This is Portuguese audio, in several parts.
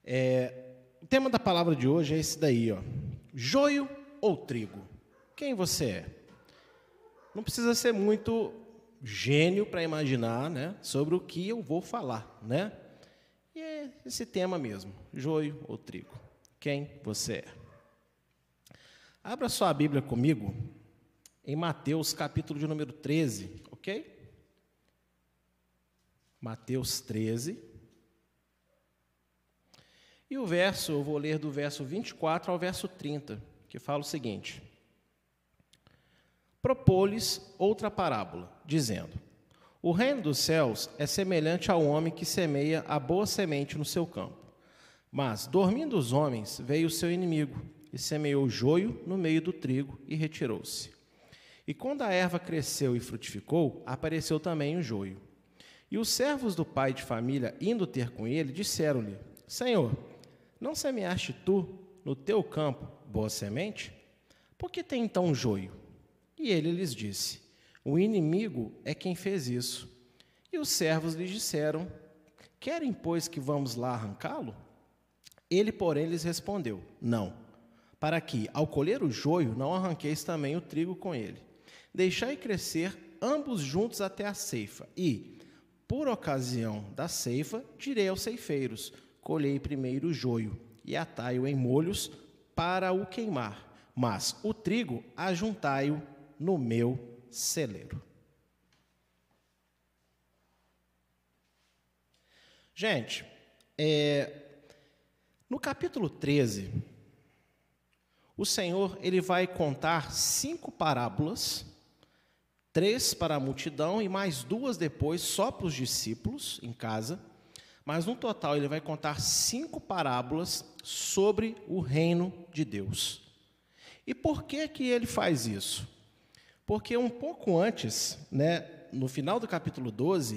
O tema da palavra de hoje é esse daí, ó. Joio ou trigo? Quem você é? Não precisa ser muito gênio para imaginar, né, sobre o que eu vou falar, né? E é esse tema mesmo, joio ou trigo. Quem você é? Abra sua Bíblia comigo em Mateus, capítulo de número 13, ok? Mateus 13. E o verso, eu vou ler do verso 24 ao verso 30, que fala o seguinte: propô-lhes outra parábola, dizendo: o reino dos céus é semelhante ao homem que semeia a boa semente no seu campo. Mas, dormindo os homens, veio o seu inimigo, e semeou joio no meio do trigo, e retirou-se. E quando a erva cresceu e frutificou, apareceu também o joio. E os servos do pai de família, indo ter com ele, disseram-lhe: Senhor, não semeaste tu no teu campo boa semente? Por que tem então joio? E ele lhes disse: o inimigo é quem fez isso. E os servos lhes disseram: querem, pois, que vamos lá arrancá-lo? Ele, porém, lhes respondeu: não, para que, ao colher o joio, não arranqueis também o trigo com ele. Deixai crescer ambos juntos até a ceifa, e, por ocasião da ceifa, direi aos ceifeiros: colhei primeiro o joio, e atai-o em molhos para o queimar, mas o trigo ajuntai-o no meu celeiro. Gente, no capítulo 13, o Senhor ele vai contar 5 parábolas, 3 para a multidão e mais 2 depois só para os discípulos em casa, mas no total ele vai contar 5 parábolas sobre o reino de Deus. E por que que ele faz isso? Porque um pouco antes, né, no final do capítulo 12,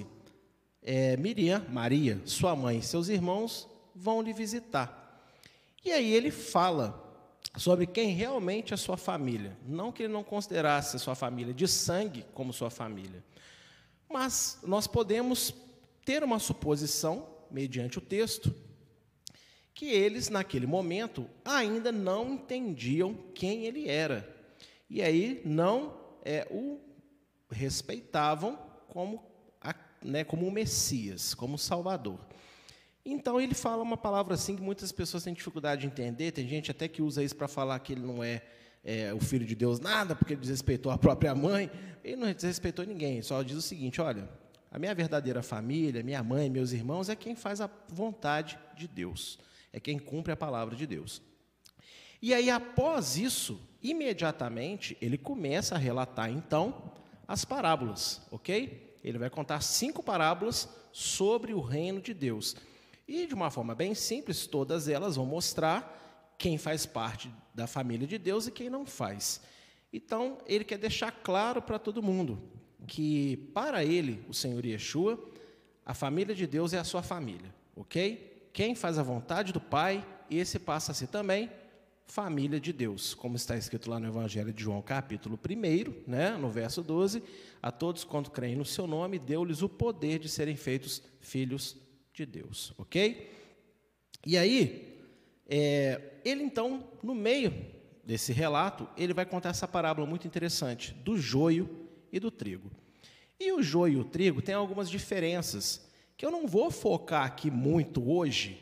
Maria, sua mãe e seus irmãos vão lhe visitar. E aí ele fala sobre quem realmente é sua família. Não que ele não considerasse a sua família de sangue como sua família. Mas nós podemos ter uma suposição, mediante o texto, que eles, naquele momento, ainda não entendiam quem ele era. E aí não o respeitavam como o Messias, como o Salvador. Então, ele fala uma palavra assim que muitas pessoas têm dificuldade de entender. Tem gente até que usa isso para falar que ele não é o Filho de Deus nada, porque ele desrespeitou a própria mãe. Ele não desrespeitou ninguém, só diz o seguinte: olha, a minha verdadeira família, minha mãe, meus irmãos, é quem faz a vontade de Deus, é quem cumpre a palavra de Deus. E aí, após isso, imediatamente, ele começa a relatar, então, as parábolas, ok? Ele vai contar 5 parábolas sobre o reino de Deus. E, de uma forma bem simples, todas elas vão mostrar quem faz parte da família de Deus e quem não faz. Então, ele quer deixar claro para todo mundo que, para ele, o Senhor Yeshua, a família de Deus é a sua família, ok? Quem faz a vontade do Pai, esse passa a ser também família de Deus, como está escrito lá no Evangelho de João, capítulo 1, né, no verso 12, a todos quanto creem no seu nome, deu-lhes o poder de serem feitos filhos de Deus, ok? E aí, ele então, no meio desse relato, ele vai contar essa parábola muito interessante, do joio e do trigo. E o joio e o trigo têm algumas diferenças, que eu não vou focar aqui muito hoje,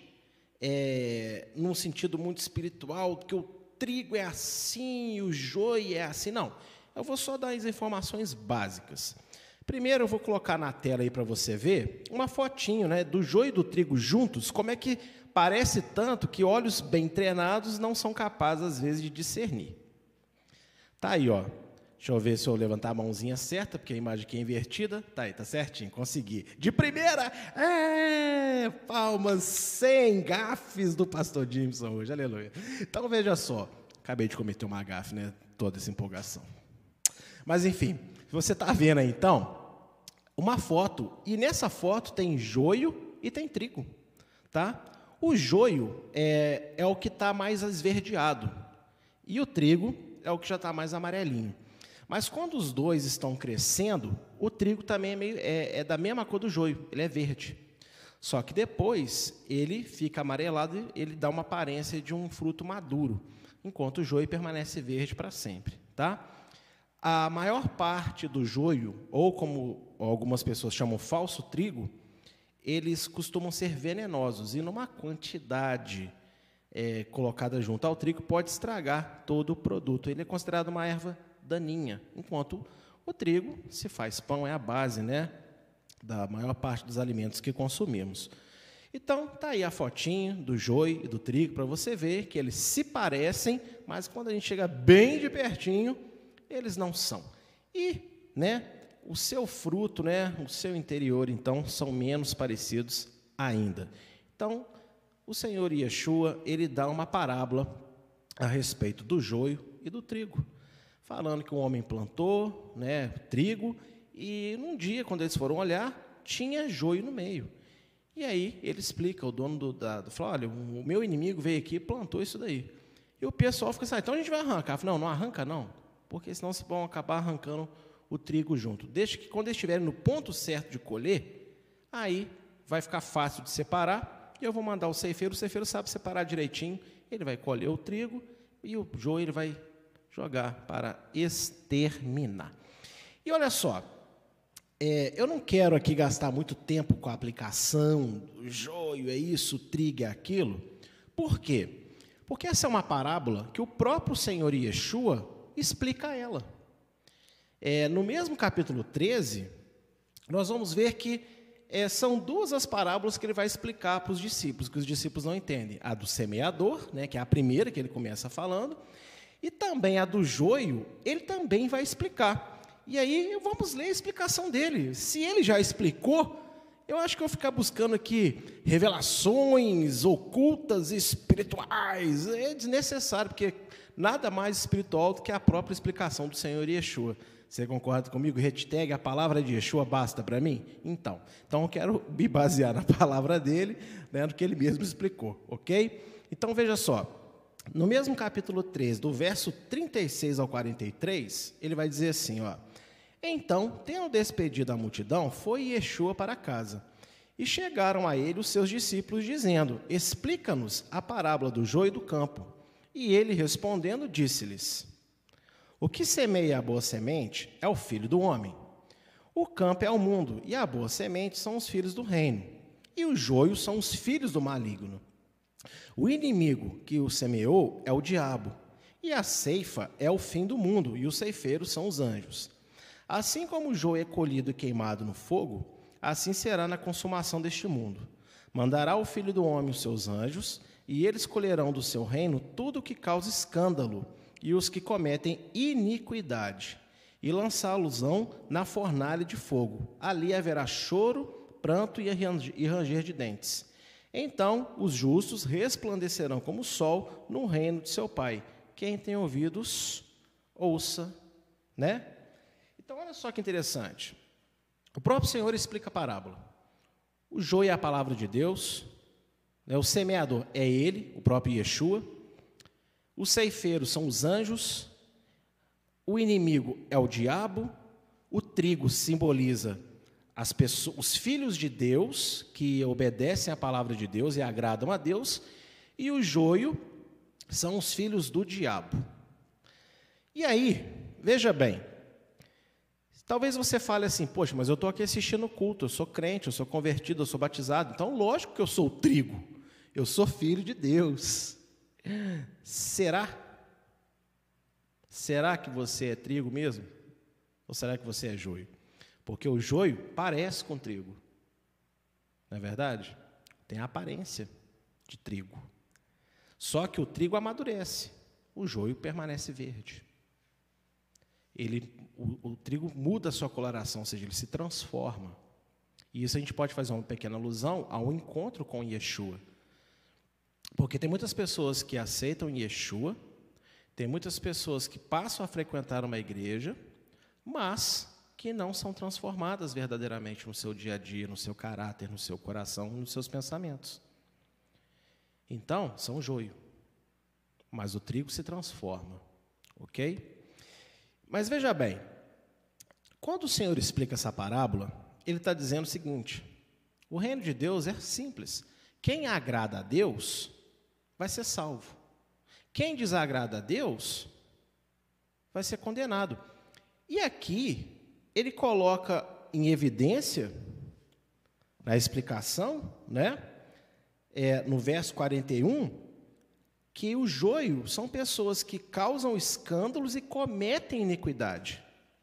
num sentido muito espiritual, que o trigo é assim e o joio é assim. Não, eu vou só dar as informações básicas. Primeiro eu vou colocar na tela aí para você ver uma fotinho, né, do joio e do trigo juntos, como é que parece tanto que olhos bem treinados não são capazes, às vezes, de discernir. Tá aí, ó. Deixa eu ver se eu levantar a mãozinha certa, porque a imagem aqui é invertida. Tá aí, tá certinho, consegui. De primeira, palmas, 100 gafes do pastor Jimson hoje, aleluia. Então, veja só, acabei de cometer uma gafe, né, toda essa empolgação. Mas, enfim, você está vendo aí, então, uma foto, e nessa foto tem joio e tem trigo, tá? O joio é o que está mais esverdeado, e o trigo é o que já está mais amarelinho. Mas quando os dois estão crescendo, o trigo também é da mesma cor do joio, ele é verde. Só que depois ele fica amarelado e ele dá uma aparência de um fruto maduro, enquanto o joio permanece verde para sempre, tá? A maior parte do joio, ou como algumas pessoas chamam falso trigo, eles costumam ser venenosos e numa quantidade colocada junto ao trigo pode estragar todo o produto. Ele é considerado uma erva daninha, enquanto o trigo, se faz pão, é a base, né, da maior parte dos alimentos que consumimos. Então, está aí a fotinho do joio e do trigo, para você ver que eles se parecem, mas quando a gente chega bem de pertinho, eles não são. E, né, o seu fruto, né, o seu interior, então, são menos parecidos ainda. Então, o Senhor Yeshua, ele dá uma parábola a respeito do joio e do trigo, falando que um homem plantou, né, trigo, e num dia, quando eles foram olhar, tinha joio no meio. E aí ele explica, o dono falou, olha, o meu inimigo veio aqui e plantou isso daí. E o pessoal fica assim, então a gente vai arrancar. Falei, não arranca não, porque senão vocês vão acabar arrancando o trigo junto. Deixa que quando eles estiverem no ponto certo de colher, aí vai ficar fácil de separar, e eu vou mandar o ceifeiro sabe separar direitinho, ele vai colher o trigo, e o joio ele vai jogar para exterminar. E olha só, eu não quero aqui gastar muito tempo com a aplicação do joio, é isso, o trigo é aquilo. Por quê? Porque essa é uma parábola que o próprio Senhor Yeshua explica ela. No mesmo capítulo 13, nós vamos ver que são duas as parábolas que ele vai explicar para os discípulos, que os discípulos não entendem. A do semeador, né, que é a primeira que ele começa falando, e também a do joio, ele também vai explicar. E aí, vamos ler a explicação dele. Se ele já explicou, eu acho que eu vou ficar buscando aqui revelações ocultas, espirituais. É desnecessário, porque nada mais espiritual do que a própria explicação do Senhor Yeshua. Você concorda comigo? Hashtag a palavra de Yeshua basta para mim? Então eu quero me basear na palavra dele, né, no que ele mesmo explicou, ok? Então, veja só. No mesmo capítulo 13, do verso 36 ao 43, ele vai dizer assim, ó, então, tendo despedido a multidão, foi Yeshua para casa. E chegaram a ele os seus discípulos, dizendo, explica-nos a parábola do joio e do campo. E ele, respondendo, disse-lhes, o que semeia a boa semente é o filho do homem. O campo é o mundo, e a boa semente são os filhos do reino. E o joio são os filhos do maligno. O inimigo que o semeou é o diabo, e a ceifa é o fim do mundo, e os ceifeiros são os anjos. Assim como o joio é colhido e queimado no fogo, assim será na consumação deste mundo. Mandará o Filho do Homem os seus anjos, e eles colherão do seu reino tudo o que causa escândalo, e os que cometem iniquidade, e lançá-los-ão na fornalha de fogo. Ali haverá choro, pranto e ranger de dentes. Então os justos resplandecerão como o sol no reino de seu Pai. Quem tem ouvidos, ouça, né? Então, olha só que interessante. O próprio Senhor explica a parábola. O joio é a palavra de Deus, né? O semeador é ele, o próprio Yeshua. Os ceifeiros são os anjos. O inimigo é o diabo. O trigo simboliza as pessoas, os filhos de Deus, que obedecem à palavra de Deus e agradam a Deus. E o joio são os filhos do diabo. E aí, veja bem, talvez você fale assim, poxa, mas eu estou aqui assistindo o culto, eu sou crente, eu sou convertido, eu sou batizado, então lógico que eu sou o trigo, eu sou filho de Deus. Será? Será que você é trigo mesmo? Ou será que você é joio? Porque o joio parece com trigo, não é verdade? Tem a aparência de trigo. Só que o trigo amadurece, o joio permanece verde. O trigo muda a sua coloração, ou seja, ele se transforma. E isso a gente pode fazer uma pequena alusão ao encontro com Yeshua. Porque tem muitas pessoas que aceitam Yeshua, tem muitas pessoas que passam a frequentar uma igreja, mas que não são transformadas verdadeiramente no seu dia a dia, no seu caráter, no seu coração, nos seus pensamentos. Então, são joio. Mas o trigo se transforma, ok? Mas veja bem, quando o Senhor explica essa parábola, ele está dizendo o seguinte, O reino de Deus é simples. Quem agrada a Deus vai ser salvo. Quem desagrada a Deus vai ser condenado. E aqui ele coloca em evidência, na explicação, né, no verso 41, que o joio são pessoas que causam escândalos e cometem iniquidade.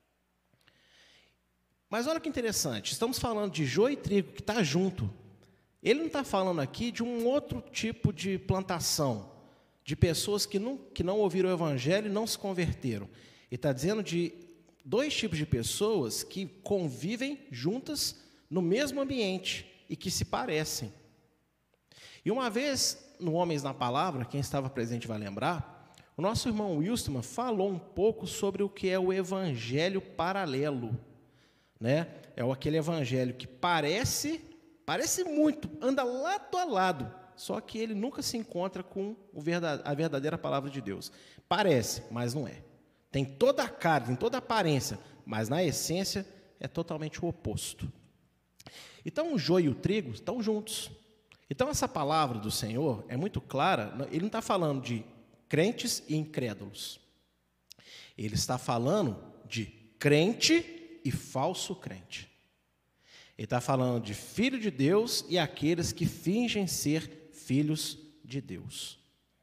Mas olha que interessante, estamos falando de joio e trigo que está junto. Ele não está falando aqui de um outro tipo de plantação, de pessoas que não ouviram o Evangelho e não se converteram. Ele está dizendo de dois tipos de pessoas que convivem juntas no mesmo ambiente e que se parecem. E uma vez, no Homens na Palavra, quem estava presente vai lembrar, o nosso irmão Wilson falou um pouco sobre o que é o evangelho paralelo, né? É aquele evangelho que parece muito, anda lado a lado, só que ele nunca se encontra com a verdadeira palavra de Deus. Parece, mas não é. Tem toda a cara, tem toda a aparência, mas na essência é totalmente o oposto. Então o joio e o trigo estão juntos. Então essa palavra do Senhor é muito clara, ele não está falando de crentes e incrédulos. Ele está falando de crente e falso crente. Ele está falando de filho de Deus e aqueles que fingem ser filhos de Deus.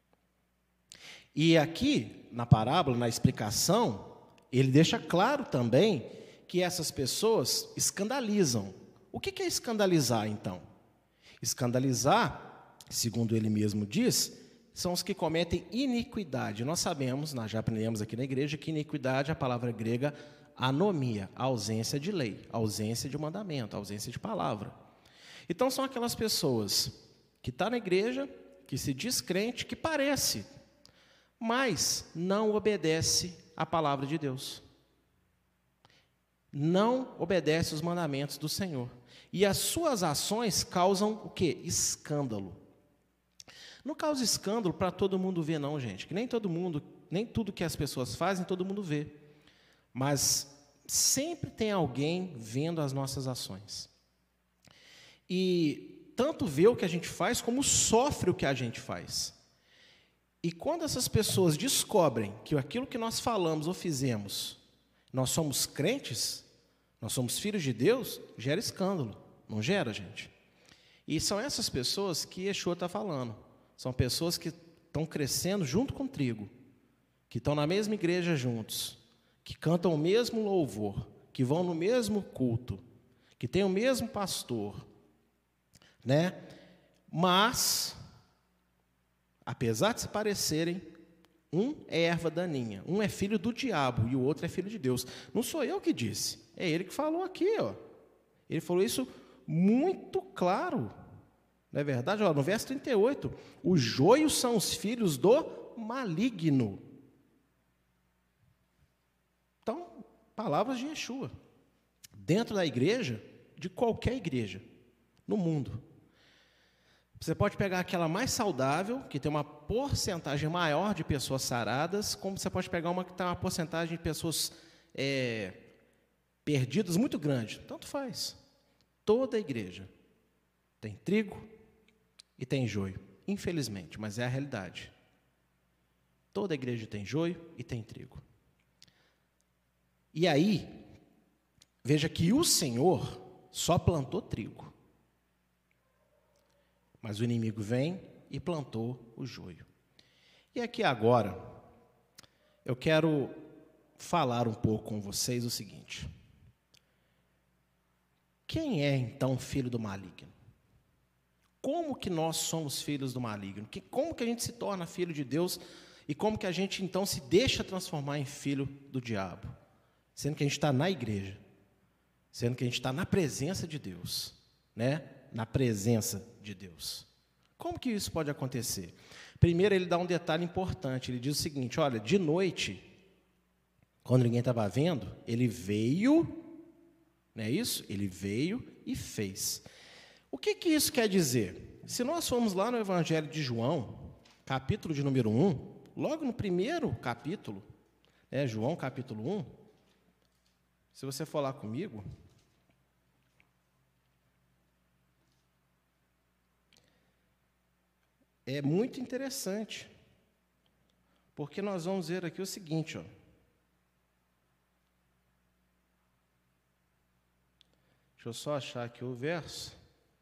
E aqui, na parábola, na explicação, ele deixa claro também que essas pessoas escandalizam. O que é escandalizar, então? Escandalizar, segundo ele mesmo diz, são os que cometem iniquidade. Nós sabemos, nós já aprendemos aqui na igreja, que iniquidade é a palavra grega anomia, a ausência de lei, a ausência de mandamento, a ausência de palavra. Então são aquelas pessoas que estão na igreja, que se diz crente, que parece, mas não obedece à palavra de Deus. Não obedece os mandamentos do Senhor. E as suas ações causam o quê? Escândalo. Não causa escândalo para todo mundo ver, não, gente. Que nem tudo que as pessoas fazem, todo mundo vê. Mas sempre tem alguém vendo as nossas ações. E tanto vê o que a gente faz, como sofre o que a gente faz. E quando essas pessoas descobrem que aquilo que nós falamos ou fizemos, nós somos crentes, nós somos filhos de Deus, gera escândalo. Não gera, gente? E são essas pessoas que Yeshua está falando. São pessoas que estão crescendo junto com o trigo, que estão na mesma igreja juntos, que cantam o mesmo louvor, que vão no mesmo culto, que têm o mesmo pastor, né? Mas, apesar de se parecerem, um é erva daninha, um é filho do diabo e o outro é filho de Deus. Não sou eu que disse, é ele que falou aqui, ó. Ele falou isso muito claro, não é verdade? Olha, no verso 38, os joios são os filhos do maligno. Então, palavras de Yeshua, dentro da igreja, de qualquer igreja, no mundo. Você pode pegar aquela mais saudável, que tem uma porcentagem maior de pessoas saradas, como você pode pegar uma que tem uma porcentagem de pessoas perdidas muito grande. Tanto faz. Toda a igreja tem trigo e tem joio. Infelizmente, mas é a realidade. Toda a igreja tem joio e tem trigo. E aí, veja que o Senhor só plantou trigo. Mas o inimigo vem e plantou o joio. E aqui agora, eu quero falar um pouco com vocês o seguinte. Quem é, então, filho do maligno? Como que nós somos filhos do maligno? Como que a gente se torna filho de Deus e como que a gente, então, se deixa transformar em filho do diabo? Sendo que a gente está na igreja, sendo que a gente está na presença de Deus, né? Na presença de Deus. Como que isso pode acontecer? Primeiro, ele dá um detalhe importante. Ele diz o seguinte, olha, de noite, quando ninguém estava vendo, ele veio, não é isso? Ele veio e fez. O que isso quer dizer? Se nós formos lá no Evangelho de João, capítulo de número 1, logo no primeiro capítulo, João capítulo 1, se você for lá comigo, é muito interessante, porque nós vamos ver aqui o seguinte, ó. Deixa eu só achar aqui o verso.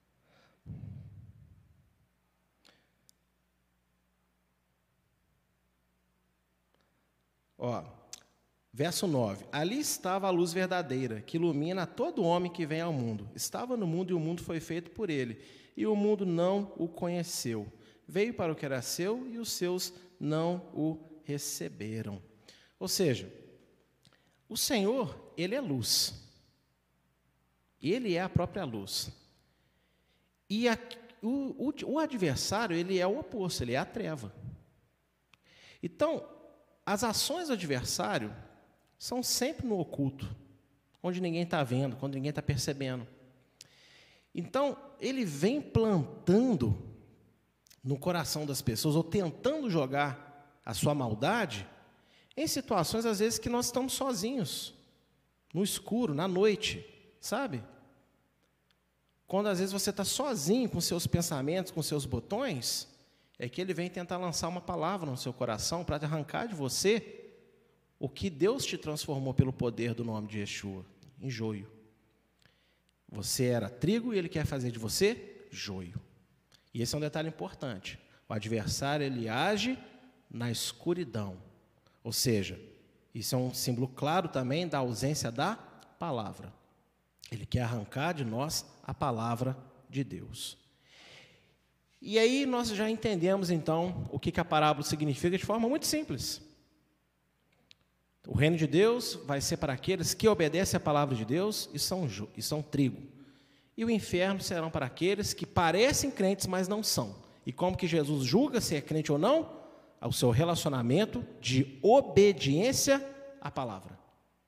Ó, verso 9. Ali estava a luz verdadeira, que ilumina todo homem que vem ao mundo. Estava no mundo e o mundo foi feito por ele, e o mundo não o conheceu. Veio para o que era seu e os seus não o receberam. Ou seja, o Senhor, Ele é luz. Ele é a própria luz. E o adversário, ele é o oposto, ele é a treva. Então, as ações do adversário são sempre no oculto, onde ninguém está vendo, quando ninguém está percebendo. Então, ele vem plantando no coração das pessoas, ou tentando jogar a sua maldade, em situações, às vezes, que nós estamos sozinhos, no escuro, na noite, sabe? Quando, às vezes, você está sozinho com seus pensamentos, com seus botões, é que ele vem tentar lançar uma palavra no seu coração para arrancar de você o que Deus te transformou pelo poder do nome de Yeshua, em joio. Você era trigo e ele quer fazer de você joio. E esse é um detalhe importante. O adversário, ele age na escuridão. Ou seja, isso é um símbolo claro também da ausência da palavra. Ele quer arrancar de nós a palavra de Deus. E aí nós já entendemos, então, o que a parábola significa de forma muito simples. O reino de Deus vai ser para aqueles que obedecem à palavra de Deus e são trigo. E o inferno serão para aqueles que parecem crentes, mas não são. E como que Jesus julga se é crente ou não? Ao seu relacionamento de obediência à palavra.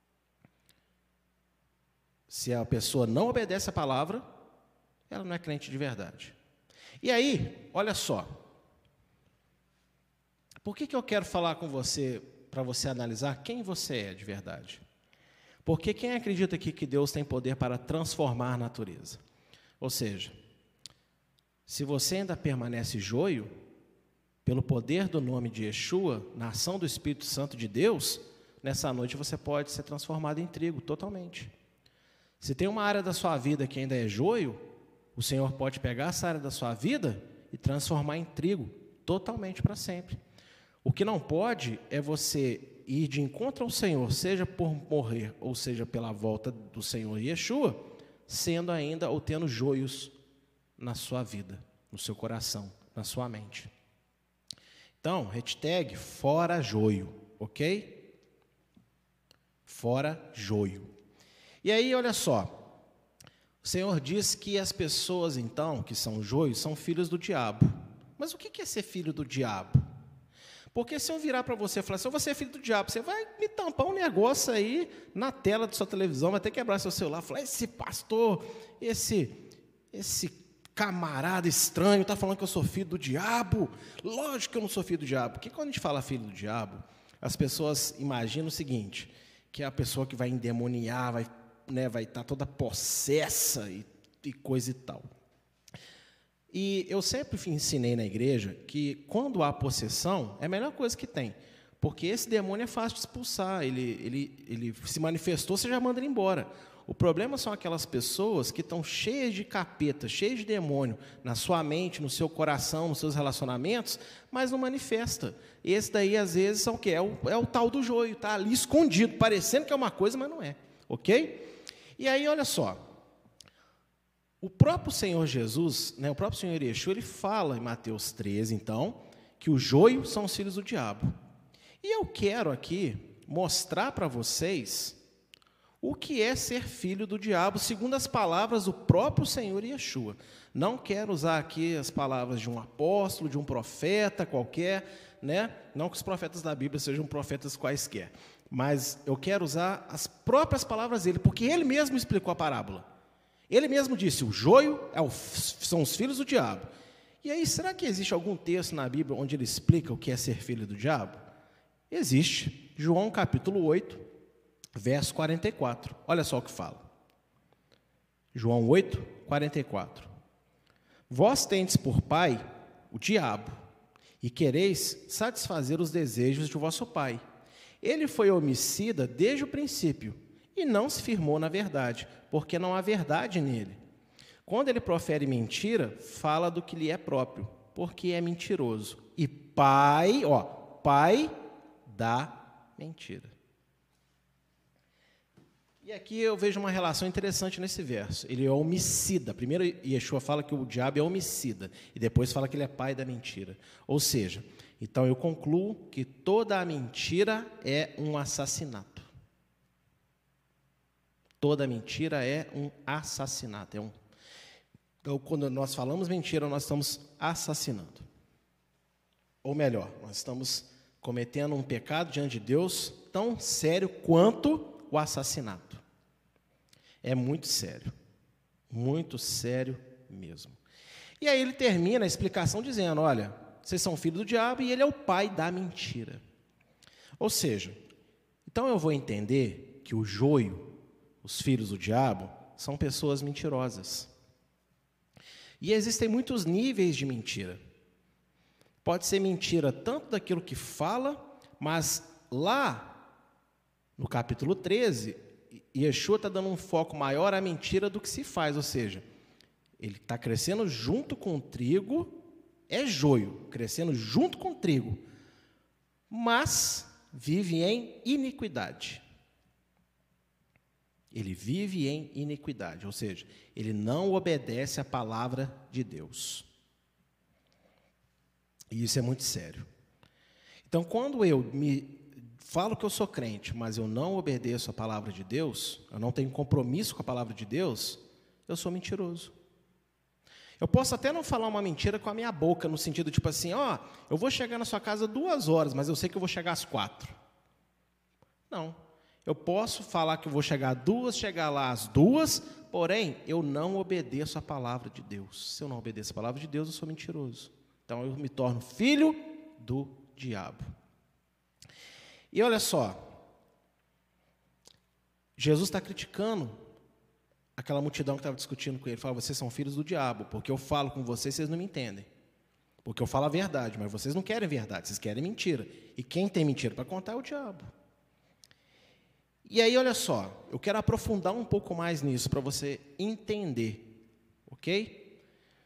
Se a pessoa não obedece à palavra, ela não é crente de verdade. E aí, olha só. Por que eu quero falar com você, para você analisar quem você é de verdade? Porque quem acredita aqui que Deus tem poder para transformar a natureza? Ou seja, se você ainda permanece joio, pelo poder do nome de Yeshua, na ação do Espírito Santo de Deus, nessa noite você pode ser transformado em trigo totalmente. Se tem uma área da sua vida que ainda é joio, o Senhor pode pegar essa área da sua vida e transformar em trigo totalmente para sempre. O que não pode é você ir de encontro ao Senhor, seja por morrer ou seja pela volta do Senhor Yeshua, sendo ainda ou tendo joios na sua vida, no seu coração, na sua mente. Então, hashtag fora joio, ok? Fora joio. E aí, olha só, o Senhor diz que as pessoas, então, que são joios, são filhos do diabo. Mas o que é ser filho do diabo? Porque se eu virar para você e falar assim, você é filho do diabo, você vai me tampar um negócio aí na tela da sua televisão, vai ter que quebrar seu celular, falar, esse pastor, esse camarada estranho está falando que eu sou filho do diabo. Lógico que eu não sou filho do diabo, porque quando a gente fala filho do diabo, as pessoas imaginam o seguinte, que é a pessoa que vai endemoniar, vai estar toda possessa e coisa e tal. E eu sempre ensinei na igreja que quando há possessão, é a melhor coisa que tem. Porque esse demônio é fácil de expulsar, ele se manifestou, você já manda ele embora. O problema são aquelas pessoas que estão cheias de capeta, cheias de demônio, na sua mente, no seu coração, nos seus relacionamentos, mas não manifesta. Esse daí, às vezes, são o quê? É o tal do joio, está ali escondido, parecendo que é uma coisa, mas não é. Ok? E aí, olha só. O próprio Senhor Jesus, o próprio Senhor Yeshua, ele fala em Mateus 13, então, que o joio são os filhos do diabo. E eu quero aqui mostrar para vocês o que é ser filho do diabo, segundo as palavras do próprio Senhor Yeshua. Não quero usar aqui as palavras de um apóstolo, de um profeta qualquer, não que os profetas da Bíblia sejam profetas quaisquer, mas eu quero usar as próprias palavras dele, porque ele mesmo explicou a parábola. Ele mesmo disse, o joio são os filhos do diabo. E aí, será que existe algum texto na Bíblia onde ele explica o que é ser filho do diabo? Existe. João capítulo 8, verso 44. Olha só o que fala. João 8, 44. Vós tendes por pai o diabo, e quereis satisfazer os desejos de vosso pai. Ele foi homicida desde o princípio, e não se firmou na verdade, porque não há verdade nele. Quando ele profere mentira, fala do que lhe é próprio, porque é mentiroso. E pai da mentira. E aqui eu vejo uma relação interessante nesse verso. Ele é homicida. Primeiro, Yeshua fala que o diabo é homicida, e depois fala que ele é pai da mentira. Ou seja, então eu concluo que toda a mentira é um assassinato. Toda mentira é um assassinato. Então, quando nós falamos mentira, nós estamos assassinando. Ou melhor, nós estamos cometendo um pecado diante de Deus tão sério quanto o assassinato. É muito sério mesmo. E aí ele termina a explicação dizendo, olha, vocês são filhos do diabo e ele é o pai da mentira. Ou seja, então eu vou entender que o joio, os filhos do diabo, são pessoas mentirosas. E existem muitos níveis de mentira. Pode ser mentira tanto daquilo que fala, mas lá no capítulo 13, Yeshua está dando um foco maior à mentira do que se faz, ou seja, ele está crescendo junto com o trigo, é joio, crescendo junto com o trigo, mas vive em iniquidade. Ele vive em iniquidade, ou seja, ele não obedece à palavra de Deus. E isso é muito sério. Então, quando eu falo que eu sou crente, mas eu não obedeço a palavra de Deus, eu não tenho compromisso com a palavra de Deus, eu sou mentiroso. Eu posso até não falar uma mentira com a minha boca, no sentido tipo assim, eu vou chegar na sua casa 2 horas, mas eu sei que eu vou chegar às 4. Não. Eu posso falar que eu vou chegar lá às 2, porém, eu não obedeço a palavra de Deus. Se eu não obedeço a palavra de Deus, eu sou mentiroso. Então, eu me torno filho do diabo. E olha só, Jesus está criticando aquela multidão que estava discutindo com ele. Ele fala, vocês são filhos do diabo, porque eu falo com vocês, vocês não me entendem. Porque eu falo a verdade, mas vocês não querem verdade, vocês querem mentira. E quem tem mentira para contar é o diabo. E aí, olha só, eu quero aprofundar um pouco mais nisso, para você entender, ok?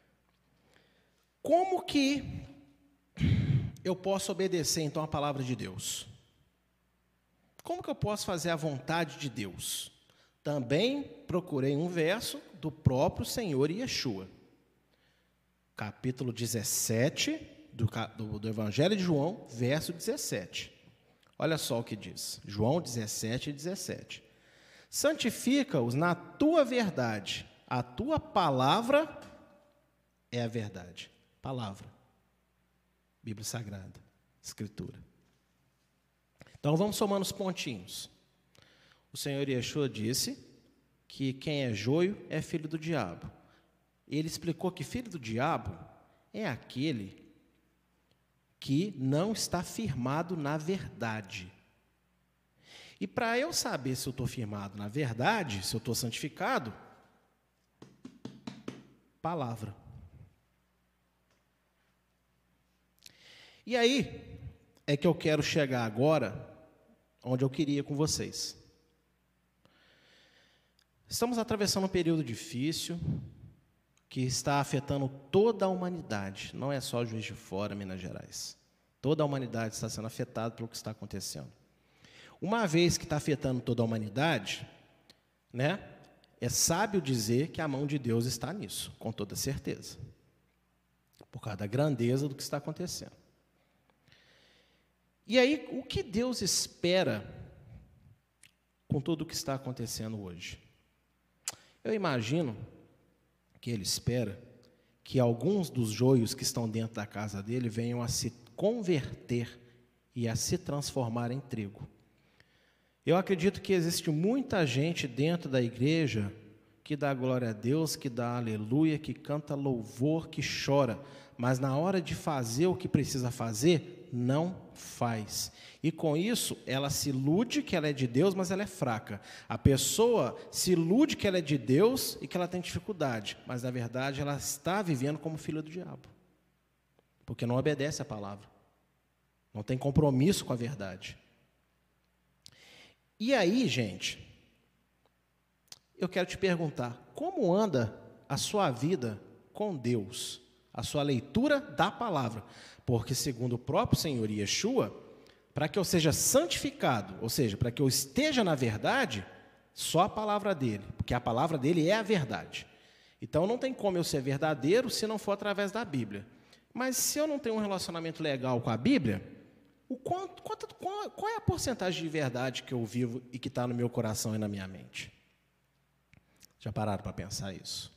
Como que eu posso obedecer, então, a palavra de Deus? Como que eu posso fazer a vontade de Deus? Também procurei um verso do próprio Senhor Yeshua. Capítulo 17 do Evangelho de João, verso 17. Olha só o que diz. João 17, 17. Santifica-os na tua verdade. A tua palavra é a verdade. Palavra. Bíblia Sagrada. Escritura. Então, vamos somando os pontinhos. O Senhor Yeshua disse que quem é joio é filho do diabo. Ele explicou que filho do diabo é aquele que não está firmado na verdade. E para eu saber se eu estou firmado na verdade, se eu estou santificado, palavra. E aí é que eu quero chegar agora onde eu queria com vocês. Estamos atravessando um período difícil que está afetando toda a humanidade, não é só Juiz de Fora, Minas Gerais. Toda a humanidade está sendo afetada pelo que está acontecendo. Uma vez que está afetando toda a humanidade, é sábio dizer que a mão de Deus está nisso, com toda certeza, por causa da grandeza do que está acontecendo. E aí, o que Deus espera com tudo o que está acontecendo hoje? Eu imagino que Ele espera que alguns dos joios que estão dentro da casa dele venham a se converter e a se transformar em trigo. Eu acredito que existe muita gente dentro da igreja que dá glória a Deus, que dá aleluia, que canta louvor, que chora, mas na hora de fazer o que precisa fazer, não faz. E com isso, ela se ilude que ela é de Deus, mas ela é fraca. A pessoa se ilude que ela é de Deus e que ela tem dificuldade, mas na verdade ela está vivendo como filha do diabo. porque não obedece à palavra, não tem compromisso com a verdade. E aí, gente, eu quero te perguntar, como anda a sua vida com Deus, a sua leitura da palavra? Porque segundo o próprio Senhor Yeshua, para que eu seja santificado, ou seja, para que eu esteja na verdade, só a palavra dele, porque a palavra dele é a verdade. Então não tem como eu ser verdadeiro se não for através da Bíblia. Mas se eu não tenho um relacionamento legal com a Bíblia, qual é a porcentagem de verdade que eu vivo e que está no meu coração e na minha mente? Já pararam para pensar isso?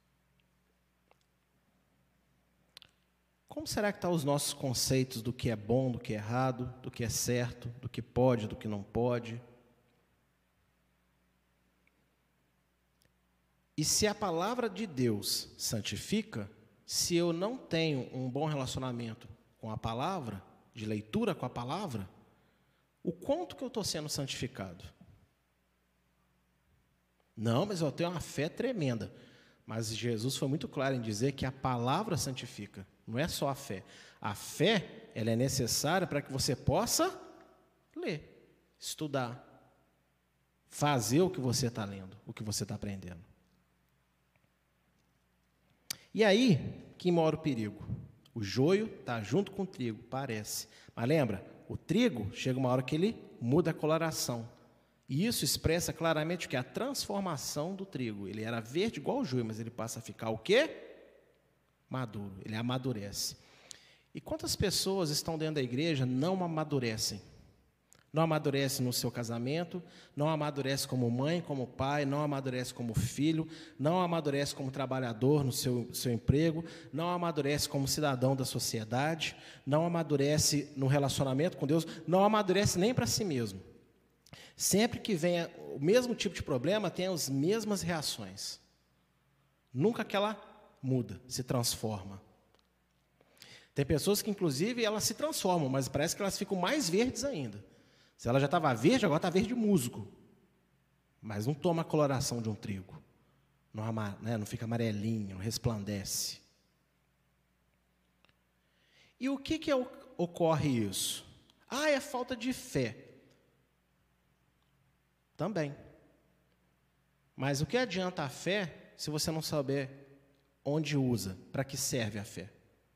Como será que estão os nossos conceitos do que é bom, do que é errado, do que é certo, do que pode, do que não pode? E se a palavra de Deus santifica, se eu não tenho um bom relacionamento com a palavra, de leitura com a palavra, o quanto que eu estou sendo santificado? Não, mas eu tenho uma fé tremenda. Mas Jesus foi muito claro em dizer que a palavra santifica, não é só a fé. A fé, ela é necessária para que você possa ler, estudar, fazer o que você está lendo, o que você está aprendendo. E aí que mora o perigo. O joio está junto com o trigo, parece. Mas lembra, o trigo chega uma hora que ele muda a coloração. E isso expressa claramente o que? A transformação do trigo. Ele era verde igual o joio, mas ele passa a ficar o quê? Maduro, ele amadurece. E quantas pessoas estão dentro da igreja não amadurecem? Não amadurece no seu casamento, não amadurece como mãe, como pai, não amadurece como filho, não amadurece como trabalhador no seu emprego, não amadurece como cidadão da sociedade, não amadurece no relacionamento com Deus, não amadurece nem para si mesmo. Sempre que vem o mesmo tipo de problema, tem as mesmas reações. Nunca que ela muda, se transforma. Tem pessoas que, inclusive, elas se transformam, mas parece que elas ficam mais verdes ainda. Se ela já estava verde, agora está verde musgo. Mas não toma a coloração de um trigo. Não fica amarelinho, não resplandece. E o que ocorre isso? É falta de fé. Também. Mas o que adianta a fé se você não saber onde usa, para que serve a fé?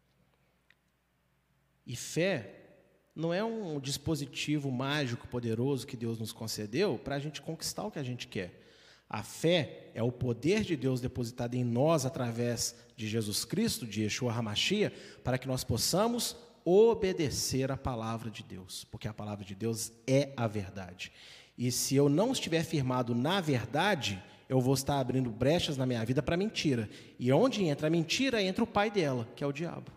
E fé não é um dispositivo mágico, poderoso que Deus nos concedeu para a gente conquistar o que a gente quer. A fé é o poder de Deus depositado em nós através de Jesus Cristo, de Yeshua HaMashiach, para que nós possamos obedecer a palavra de Deus, porque a palavra de Deus é a verdade. E se eu não estiver firmado na verdade, eu vou estar abrindo brechas na minha vida para a mentira. E onde entra a mentira, entra o pai dela, que é o diabo.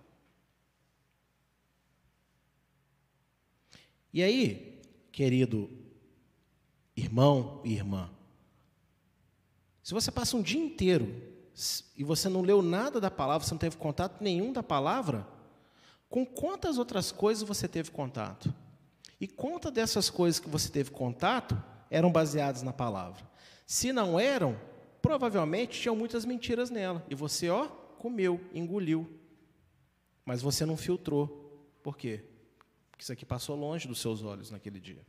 E aí, querido irmão e irmã, se você passa um dia inteiro e você não leu nada da palavra, você não teve contato nenhum da palavra, com quantas outras coisas você teve contato? E quantas dessas coisas que você teve contato eram baseadas na palavra? Se não eram, provavelmente tinham muitas mentiras nela. E você, comeu, engoliu. Mas você não filtrou. Por quê? Porque isso aqui passou longe dos seus olhos naquele dia.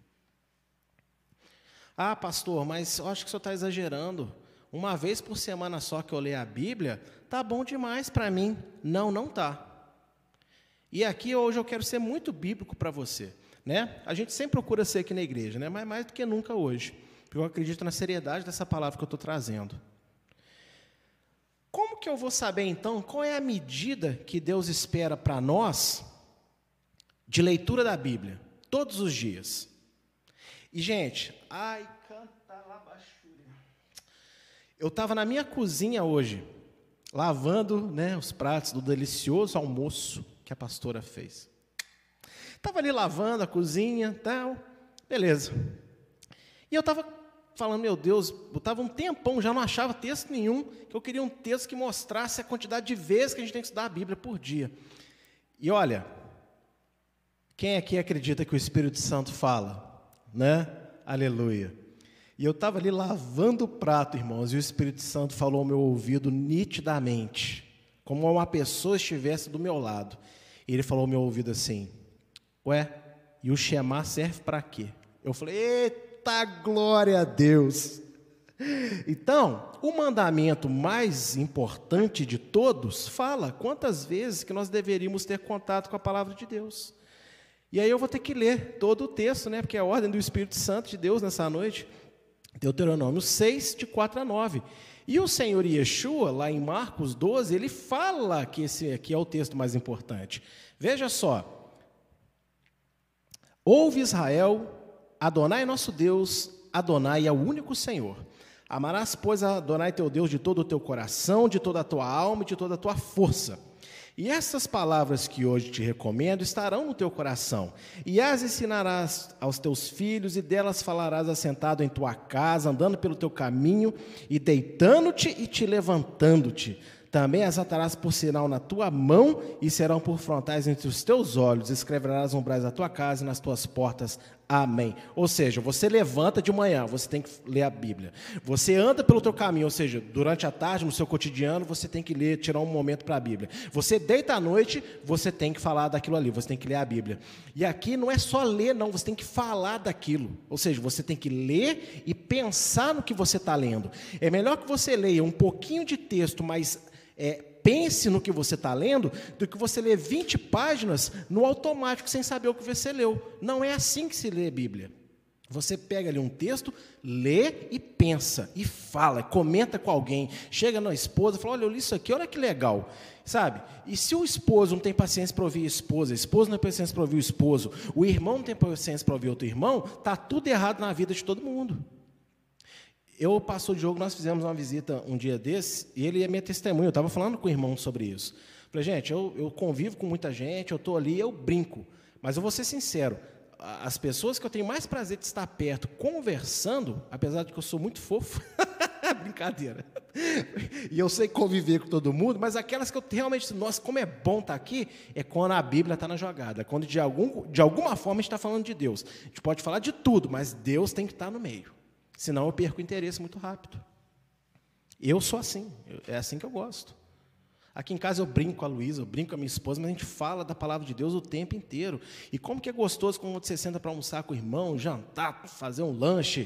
Pastor, mas eu acho que o senhor está exagerando. Uma vez por semana só que eu leio a Bíblia, tá bom demais para mim. Não, não tá. E aqui hoje eu quero ser muito bíblico para você. Né? A gente sempre procura ser aqui na igreja, né? Mas mais do que nunca hoje, porque eu acredito na seriedade dessa palavra que eu estou trazendo. Como que eu vou saber, então, qual é a medida que Deus espera para nós de leitura da Bíblia, todos os dias? E, gente, canta labachúria. Eu estava na minha cozinha hoje, lavando, né, os pratos do delicioso almoço que a pastora fez. Estava ali lavando a cozinha, tal, beleza. E eu estava falando, meu Deus, eu estava um tempão, já não achava texto nenhum, que eu queria um texto que mostrasse a quantidade de vezes que a gente tem que estudar a Bíblia por dia. E olha, quem aqui acredita que o Espírito Santo fala? Né? Aleluia. E eu estava ali lavando o prato, irmãos, e o Espírito Santo falou ao meu ouvido nitidamente, como uma pessoa estivesse do meu lado. E ele falou ao meu ouvido assim: ué, e o Shema serve para quê? Eu falei: eita, glória a Deus! Então, o mandamento mais importante de todos fala quantas vezes que nós deveríamos ter contato com a palavra de Deus. E aí eu vou ter que ler todo o texto, né? Porque é a ordem do Espírito Santo de Deus nessa noite. Deuteronômio 6, de 4 a 9. E o Senhor Yeshua, lá em Marcos 12, ele fala que esse aqui é o texto mais importante. Veja só: ouve Israel, Adonai é nosso Deus, Adonai é o único Senhor. Amarás, pois, a Adonai teu Deus de todo o teu coração, de toda a tua alma e de toda a tua força. E essas palavras que hoje te recomendo estarão no teu coração, e as ensinarás aos teus filhos, e delas falarás assentado em tua casa, andando pelo teu caminho, e deitando-te e te levantando-te. Também as atarás por sinal na tua mão, e serão por frontais entre os teus olhos. Escreverás umbrais da tua casa e nas tuas portas. Amém. Ou seja, você levanta de manhã, você tem que ler a Bíblia. Você anda pelo teu caminho, ou seja, durante a tarde, no seu cotidiano, você tem que ler, tirar um momento para a Bíblia. Você deita à noite, você tem que falar daquilo ali, você tem que ler a Bíblia. E aqui não é só ler, não, você tem que falar daquilo. Ou seja, você tem que ler e pensar no que você está lendo. É melhor que você leia um pouquinho de texto, mas pense no que você está lendo, do que você ler 20 páginas no automático, sem saber o que você leu. Não é assim que se lê a Bíblia. Você pega ali um texto, lê e pensa, e fala, comenta com alguém, chega na esposa, fala: olha, eu li isso aqui, olha que legal, sabe? E se o esposo não tem paciência para ouvir a esposa não tem paciência para ouvir o esposo, o irmão não tem paciência para ouvir outro irmão, está tudo errado na vida de todo mundo. Eu, pastor Diogo, nós fizemos uma visita um dia desse, e ele é minha testemunha, eu estava falando com o irmão sobre isso. Falei: gente, eu convivo com muita gente, eu estou ali, eu brinco, mas eu vou ser sincero, as pessoas que eu tenho mais prazer de estar perto, conversando, apesar de que eu sou muito fofo, brincadeira, e eu sei conviver com todo mundo, mas aquelas que eu realmente, nossa, como é bom estar aqui, é quando a Bíblia está na jogada, quando de alguma forma a gente está falando de Deus. A gente pode falar de tudo, mas Deus tem que estar no meio. Senão eu perco o interesse muito rápido. Eu sou assim, é assim que eu gosto. Aqui em casa eu brinco com a Luísa, eu brinco com a minha esposa, mas a gente fala da palavra de Deus o tempo inteiro. E como que é gostoso quando você senta para almoçar com o irmão, jantar, fazer um lanche,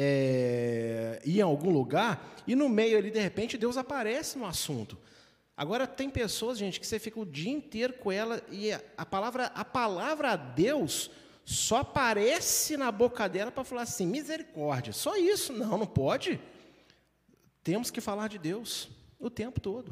ir em algum lugar, e no meio ali, de repente, Deus aparece no assunto. Agora, tem pessoas, gente, que você fica o dia inteiro com ela, e a palavra a Deus só aparece na boca dela para falar assim: misericórdia, só isso. Não pode. Temos que falar de Deus o tempo todo.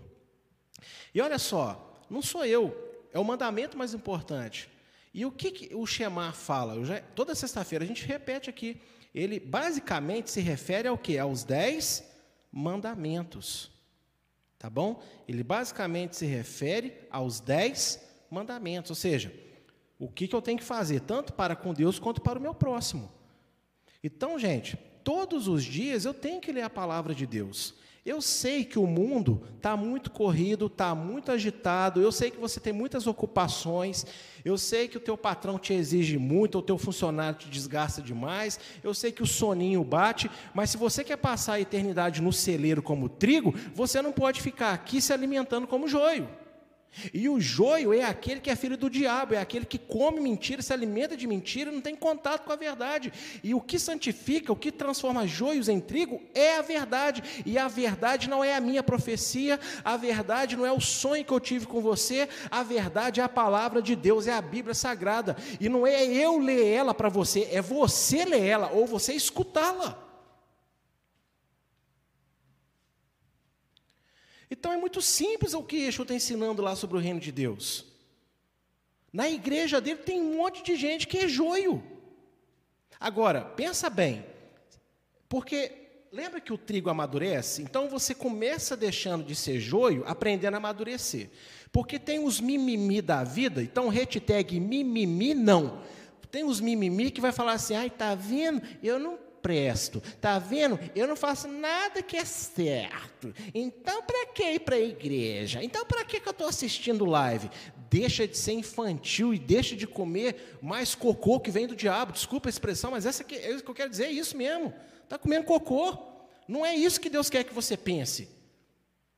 E olha só, não sou eu, é o mandamento mais importante. E o que o Shema fala? Toda sexta-feira a gente repete aqui. Ele basicamente se refere ao quê? Aos 10 mandamentos. Tá bom? Ele basicamente se refere aos 10 mandamentos, ou seja, o que eu tenho que fazer, tanto para com Deus quanto para o meu próximo. Então, gente, todos os dias eu tenho que ler a palavra de Deus. Eu sei que o mundo está muito corrido, está muito agitado, eu sei que você tem muitas ocupações, eu sei que o teu patrão te exige muito, ou o teu funcionário te desgasta demais, eu sei que o soninho bate, mas se você quer passar a eternidade no celeiro como trigo, você não pode ficar aqui se alimentando como joio. E o joio é aquele que é filho do diabo, é aquele que come mentira, se alimenta de mentira, não tem contato com a verdade. E o que santifica, o que transforma joios em trigo é a verdade. E a verdade não é a minha profecia, a verdade não é o sonho que eu tive com você, a verdade é a palavra de Deus, é a Bíblia Sagrada. E não é eu ler ela para você, é você ler ela ou você escutá-la. Então é muito simples o que Yeshua está ensinando lá sobre o reino de Deus. Na igreja dele tem um monte de gente que é joio. Agora, pensa bem, porque lembra que o trigo amadurece? Então você começa deixando de ser joio, aprendendo a amadurecer. Porque tem os mimimi da vida, então hashtag mimimi não. Tem os mimimi que vai falar assim: ai, tá vendo? Eu não presto, tá vendo? Eu não faço nada que é certo. Então, para que ir para a igreja? Então, para que eu estou assistindo live? Deixa de ser infantil e deixa de comer mais cocô que vem do diabo. Desculpa a expressão, mas essa é o que eu quero dizer, é isso mesmo. Está comendo cocô. Não é isso que Deus quer que você pense.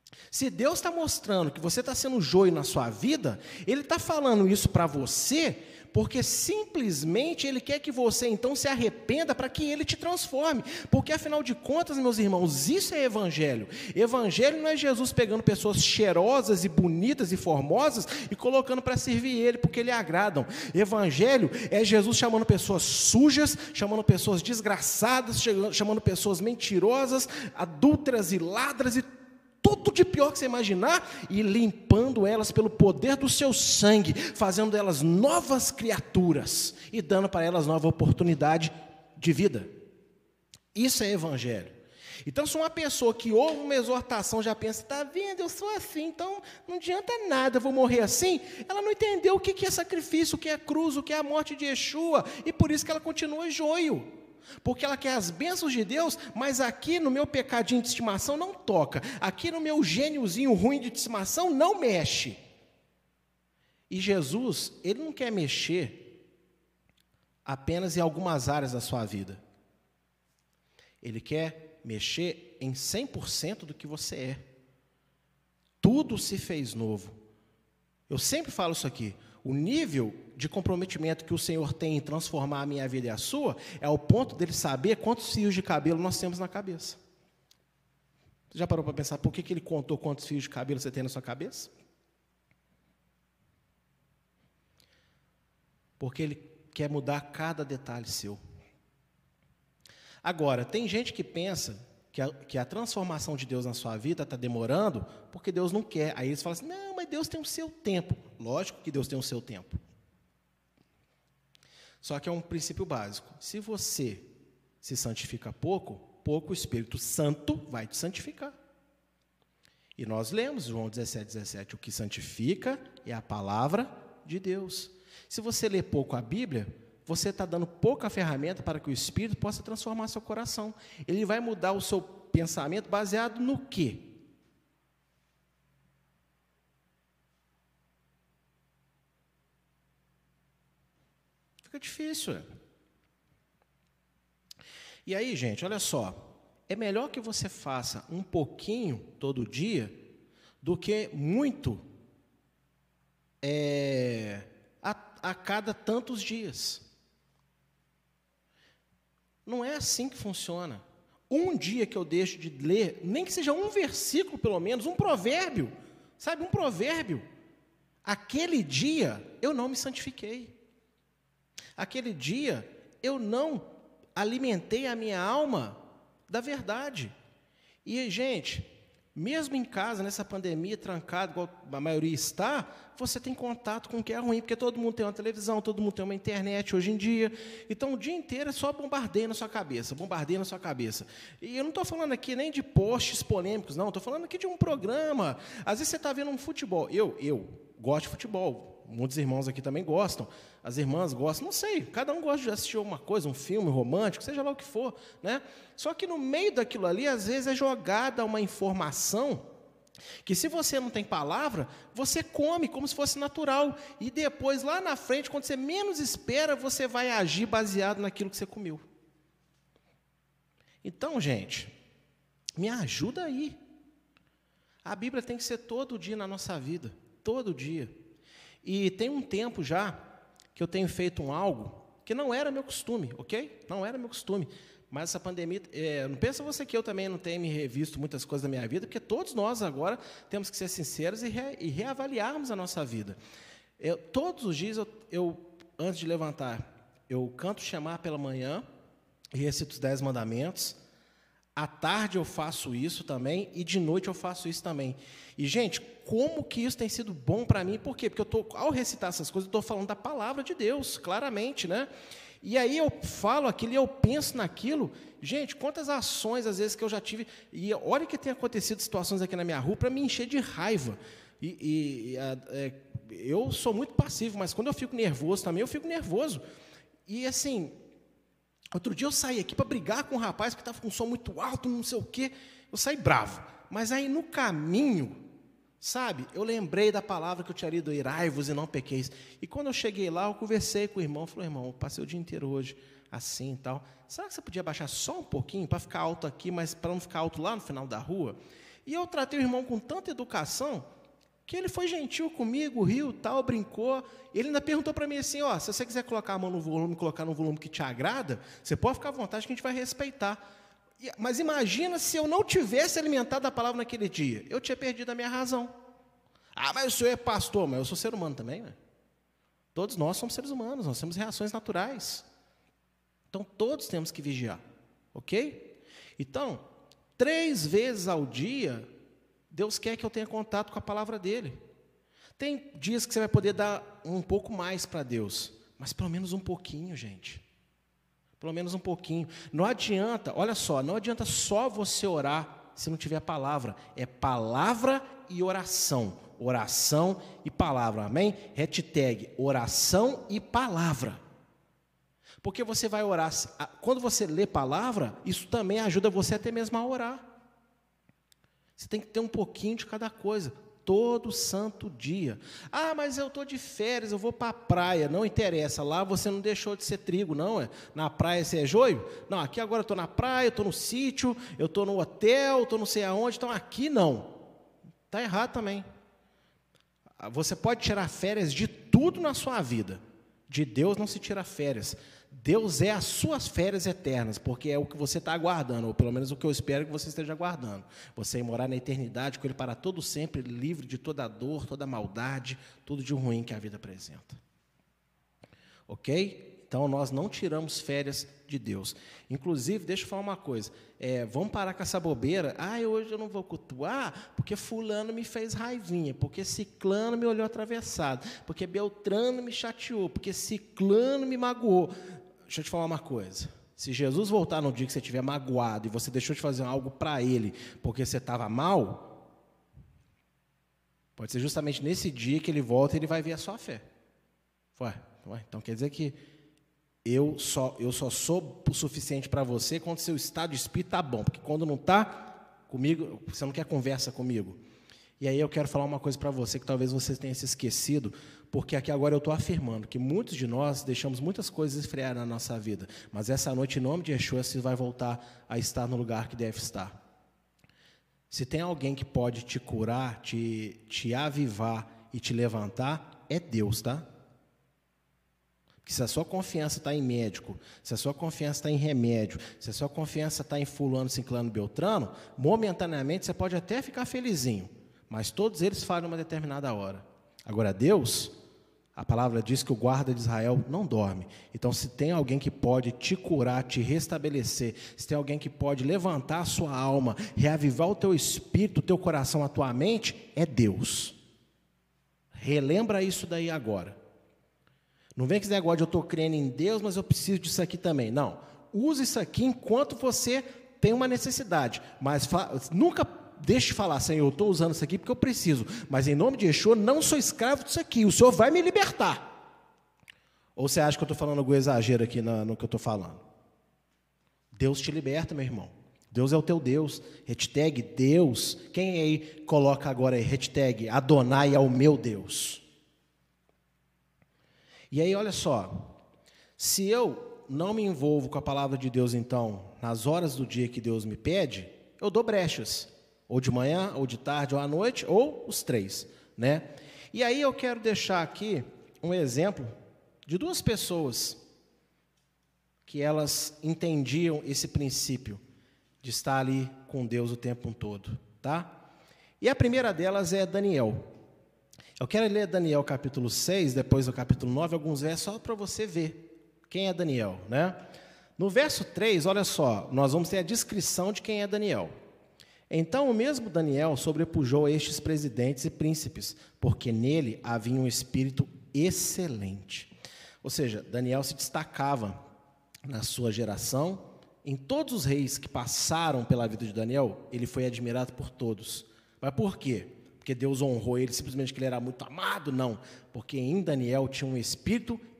Se Deus está mostrando que você está sendo joio na sua vida, Ele está falando isso para você, porque simplesmente Ele quer que você então se arrependa para que Ele te transforme. Porque afinal de contas, meus irmãos, isso é evangelho. Evangelho não é Jesus pegando pessoas cheirosas e bonitas e formosas e colocando para servir Ele, porque Ele agradam. Evangelho é Jesus chamando pessoas sujas, chamando pessoas desgraçadas, chamando pessoas mentirosas, adúlteras e ladras e tudo de pior que você imaginar, e limpando elas pelo poder do seu sangue, fazendo delas novas criaturas e dando para elas nova oportunidade de vida. Isso é evangelho. Então, se uma pessoa que ouve uma exortação já pensa, está vendo, eu sou assim, então não adianta nada, eu vou morrer assim, ela não entendeu o que é sacrifício, o que é cruz, o que é a morte de Yeshua, e por isso que ela continua joio. Porque ela quer as bênçãos de Deus, mas aqui no meu pecadinho de estimação não toca. Aqui no meu gêniozinho ruim de estimação não mexe. E Jesus, Ele não quer mexer apenas em algumas áreas da sua vida. Ele quer mexer em 100% do que você é. Tudo se fez novo. Eu sempre falo isso aqui. O nível de comprometimento que o Senhor tem em transformar a minha vida e a sua, é o ponto dele saber quantos fios de cabelo nós temos na cabeça. Você já parou para pensar por que ele contou quantos fios de cabelo você tem na sua cabeça? Porque ele quer mudar cada detalhe seu. Agora, tem gente que pensa que a transformação de Deus na sua vida está demorando porque Deus não quer. Aí eles falam assim, não, mas Deus tem o seu tempo. Lógico que Deus tem o seu tempo. Só que é um princípio básico. Se você se santifica pouco, o Espírito Santo vai te santificar. E nós lemos João 17:17, o que santifica é a palavra de Deus. Se você lê pouco a Bíblia, você está dando pouca ferramenta para que o Espírito possa transformar seu coração. Ele vai mudar o seu pensamento baseado no quê? Fica difícil, né? E aí, gente, olha só. É melhor que você faça um pouquinho todo dia do que muito a cada tantos dias. Não é assim que funciona. Um dia que eu deixo de ler, nem que seja um versículo pelo menos, um provérbio, sabe, um provérbio, aquele dia eu não me santifiquei. Aquele dia eu não alimentei a minha alma da verdade. E, gente, mesmo em casa, nessa pandemia, trancado, igual a maioria está, você tem contato com o que é ruim, porque todo mundo tem uma televisão, todo mundo tem uma internet hoje em dia. Então, o dia inteiro é só bombardeio na sua cabeça, bombardeio na sua cabeça. E eu não estou falando aqui nem de posts polêmicos, não, estou falando aqui de um programa. Às vezes você está vendo um futebol. Eu gosto de futebol, muitos irmãos aqui também gostam, as irmãs gostam, não sei, cada um gosta de assistir alguma coisa, um filme romântico, seja lá o que for, né? Só que no meio daquilo ali, às vezes é jogada uma informação que, se você não tem palavra, você come como se fosse natural, e depois, lá na frente, quando você menos espera, você vai agir baseado naquilo que você comeu. Então, gente, me ajuda aí. A Bíblia tem que ser todo dia na nossa vida, todo dia. E tem um tempo já que eu tenho feito algo que não era meu costume, ok? Não era meu costume. Mas essa pandemia, não pensa você que eu também não tenho me revisto muitas coisas da minha vida, porque todos nós agora temos que ser sinceros e reavaliarmos a nossa vida. Todos os dias, antes de levantar, eu canto chamar pela manhã e recito os 10 mandamentos. À tarde eu faço isso também e de noite eu faço isso também. E, gente, como que isso tem sido bom para mim? Por quê? Porque ao recitar essas coisas, eu estou falando da palavra de Deus, claramente, né? E aí eu falo aquilo e eu penso naquilo. Gente, quantas ações, às vezes, que eu já tive. E olha que tem acontecido situações aqui na minha rua para me encher de raiva. Eu sou muito passivo, mas quando eu fico nervoso também, eu fico nervoso. E, assim, outro dia eu saí aqui para brigar com um rapaz que estava com um som muito alto, não sei o quê. Eu saí bravo. Mas aí, no caminho, sabe, eu lembrei da palavra que eu tinha lido, irai-vos e não pequeis. E quando eu cheguei lá, eu conversei com o irmão, falei, irmão, eu passei o dia inteiro hoje assim e tal. Será que você podia baixar só um pouquinho para ficar alto aqui, mas para não ficar alto lá no final da rua? E eu tratei o irmão com tanta educação, que ele foi gentil comigo, riu, tal, brincou. Ele ainda perguntou para mim assim, ó, se você quiser colocar a mão no volume, colocar no volume que te agrada, você pode ficar à vontade que a gente vai respeitar. Mas imagina se eu não tivesse alimentado a palavra naquele dia, eu tinha perdido a minha razão. Ah, mas o senhor é pastor, mas eu sou ser humano também, né? Todos nós somos seres humanos, nós temos reações naturais. Então, todos temos que vigiar, ok? Então, 3 vezes ao dia, Deus quer que eu tenha contato com a palavra dele. Tem dias que você vai poder dar um pouco mais para Deus, mas pelo menos um pouquinho, gente. Pelo menos um pouquinho. Não adianta, olha só, não adianta só você orar se não tiver palavra. É palavra e oração. Oração e palavra, amém? Hashtag oração e palavra. Porque você vai orar, quando você lê palavra, isso também ajuda você até mesmo a orar. Você tem que ter um pouquinho de cada coisa, todo santo dia. Ah, mas eu estou de férias, eu vou para a praia, não interessa, lá você não deixou de ser trigo, não é? Na praia você é joio? Não, aqui agora eu estou na praia, eu estou no sítio, eu estou no hotel, estou não sei aonde, então aqui não. Está errado também. Você pode tirar férias de tudo na sua vida. De Deus não se tira férias. Deus é as suas férias eternas, porque é o que você está aguardando, ou pelo menos o que eu espero que você esteja aguardando. Você ir morar na eternidade com Ele para todo sempre, livre de toda dor, toda maldade, tudo de ruim que a vida apresenta. Ok? Então, nós não tiramos férias de Deus. Inclusive, deixa eu falar uma coisa. Vamos parar com essa bobeira. Ah, hoje eu não vou cultuar porque fulano me fez raivinha, porque ciclano me olhou atravessado, porque Beltrano me chateou, porque ciclano me magoou. Deixa eu te falar uma coisa. Se Jesus voltar no dia que você estiver magoado e você deixou de fazer algo para Ele porque você estava mal, pode ser justamente nesse dia que Ele volta e Ele vai ver a sua fé. Então quer dizer que eu só sou o suficiente para você quando seu estado de espírito está bom, porque quando não está comigo, você não quer conversa comigo. E aí eu quero falar uma coisa para você que talvez você tenha se esquecido, porque aqui agora eu estou afirmando que muitos de nós deixamos muitas coisas esfriar na nossa vida, mas essa noite, em nome de Yeshua, você vai voltar a estar no lugar que deve estar. Se tem alguém que pode te curar, te avivar e te levantar, é Deus, tá? Que se a sua confiança está em médico, se a sua confiança está em remédio, se a sua confiança está em fulano, ciclano, beltrano, momentaneamente você pode até ficar felizinho, mas todos eles falham em uma determinada hora. Agora Deus, a palavra diz que o guarda de Israel não dorme. Então se tem alguém que pode te curar, te restabelecer, se tem alguém que pode levantar a sua alma, reavivar o teu espírito, o teu coração, a tua mente, é Deus. Relembra isso daí agora. Não vem com esse negócio de eu estou crendo em Deus, mas eu preciso disso aqui também. Não. Use isso aqui enquanto você tem uma necessidade. Mas nunca deixe de falar, Senhor, eu estou usando isso aqui porque eu preciso. Mas em nome de Yeshua, não sou escravo disso aqui. O Senhor vai me libertar. Ou você acha que eu estou falando algum exagero aqui no que eu estou falando? Deus te liberta, meu irmão. Deus é o teu Deus. Hashtag Deus. Quem aí coloca agora aí? Hashtag Adonai é o meu Deus. E aí, olha só, se eu não me envolvo com a palavra de Deus, então, nas horas do dia que Deus me pede, eu dou brechas, ou de manhã, ou de tarde, ou à noite, ou os 3, né? E aí eu quero deixar aqui um exemplo de 2 pessoas que elas entendiam esse princípio de estar ali com Deus o tempo todo, tá? E a primeira delas é Daniel. Eu quero ler Daniel capítulo 6, depois do capítulo 9, alguns versos, só para você ver quem é Daniel, né? No verso 3, olha só, nós vamos ter a descrição de quem é Daniel. Então o mesmo Daniel sobrepujou estes presidentes e príncipes, porque nele havia um espírito excelente. Ou seja, Daniel se destacava na sua geração. Em todos os reis que passaram pela vida de Daniel, ele foi admirado por todos. Mas por quê? Porque Deus honrou ele simplesmente que ele era muito amado? Não, porque em Daniel tinha um espírito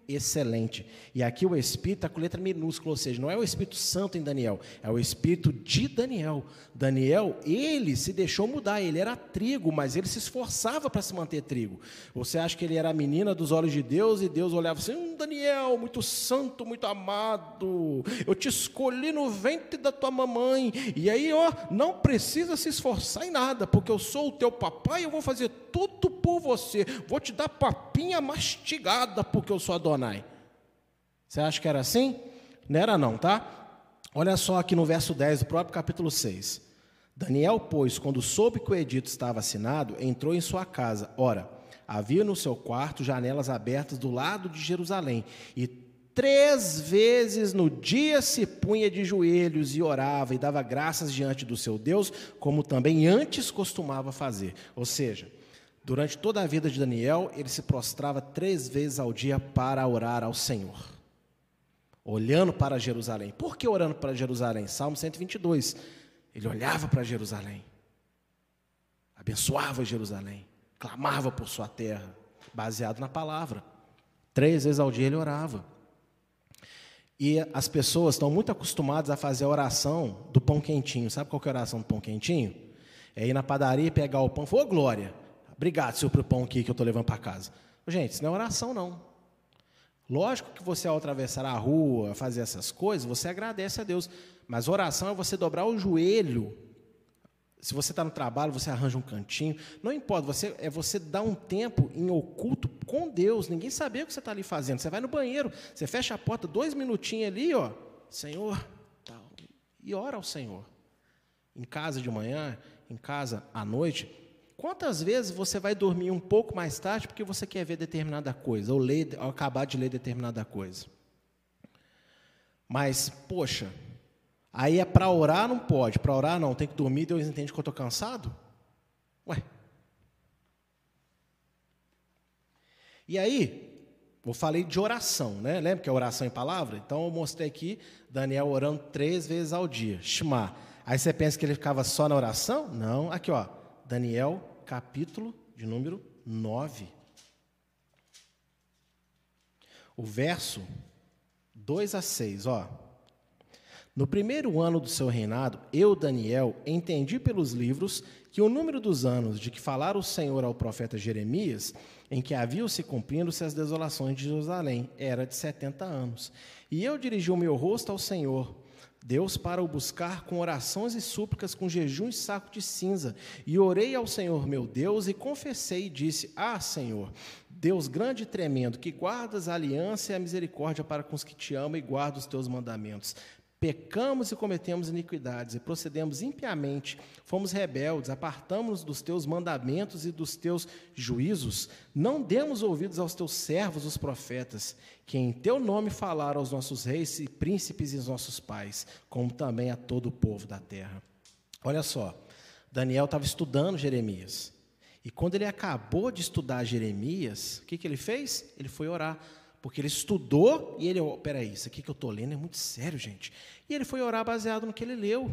excelente. E aqui o Espírito está com letra minúscula, ou seja, não é o Espírito Santo em Daniel, é o Espírito de Daniel. Daniel, ele se deixou mudar, ele era trigo, mas ele se esforçava para se manter trigo. Você acha que ele era a menina dos olhos de Deus, e Deus olhava assim, Daniel, muito santo, muito amado, eu te escolhi no ventre da tua mamãe, e aí, não precisa se esforçar em nada, porque eu sou o teu papai, eu vou fazer tudo por você, vou te dar papinha mastigada, porque eu sou Adonai. Você acha que era assim? Não era não, tá? Olha só aqui no verso 10 do próprio capítulo 6. Daniel, pois, quando soube que o edito estava assinado, entrou em sua casa. Ora, havia no seu quarto janelas abertas do lado de Jerusalém, e 3 vezes no dia se punha de joelhos e orava e dava graças diante do seu Deus, como também antes costumava fazer. Ou seja, durante toda a vida de Daniel, ele se prostrava 3 vezes ao dia para orar ao Senhor, olhando para Jerusalém. Por que orando para Jerusalém? Salmo 122, ele olhava para Jerusalém, abençoava Jerusalém, clamava por sua terra, baseado na palavra. 3 vezes ao dia ele orava. E as pessoas estão muito acostumadas a fazer a oração do pão quentinho. Sabe qual que é a oração do pão quentinho? É ir na padaria, pegar o pão, ô glória, obrigado, Senhor, pelo pão aqui que eu estou levando para casa. Gente, isso não é oração, não. Lógico que você, ao atravessar a rua, fazer essas coisas, você agradece a Deus. Mas oração é você dobrar o joelho. Se você está no trabalho, você arranja um cantinho. Não importa, você dá um tempo em oculto com Deus. Ninguém sabe o que você está ali fazendo. Você vai no banheiro, você fecha a porta, 2 minutinhos ali, Senhor, tal, e ora ao Senhor. Em casa de manhã, em casa à noite. Quantas vezes você vai dormir um pouco mais tarde porque você quer ver determinada coisa, ou acabar de ler determinada coisa? Mas, poxa, aí é para orar, não pode. Para orar, não, tem que dormir, Deus entende que eu estou cansado? Ué. E aí, eu falei de oração, né? Lembra que é oração em palavra? Então, eu mostrei aqui Daniel orando 3 vezes ao dia, Shema. Aí você pensa que ele ficava só na oração? Não, aqui Daniel, capítulo de número 9. O verso 2 a 6, No primeiro ano do seu reinado, eu, Daniel, entendi pelos livros que o número dos anos de que falara o Senhor ao profeta Jeremias, em que haviam se cumprindo-se as desolações de Jerusalém, era de 70 anos. E eu dirigi o meu rosto ao Senhor, Deus, para o buscar com orações e súplicas, com jejum e saco de cinza. E orei ao Senhor meu Deus e confessei e disse, Senhor, Deus grande e tremendo, que guardas a aliança e a misericórdia para com os que te amam e guardam os teus mandamentos. Pecamos e cometemos iniquidades e procedemos impiamente, fomos rebeldes, apartamos-nos dos teus mandamentos e dos teus juízos, não demos ouvidos aos teus servos, os profetas, que em teu nome falaram aos nossos reis e príncipes e aos nossos pais, como também a todo o povo da terra. Olha só, Daniel estava estudando Jeremias, e quando ele acabou de estudar Jeremias, o que ele fez? Ele foi orar. Porque ele estudou e ele, peraí, isso aqui que eu estou lendo é muito sério, gente. E ele foi orar baseado no que ele leu.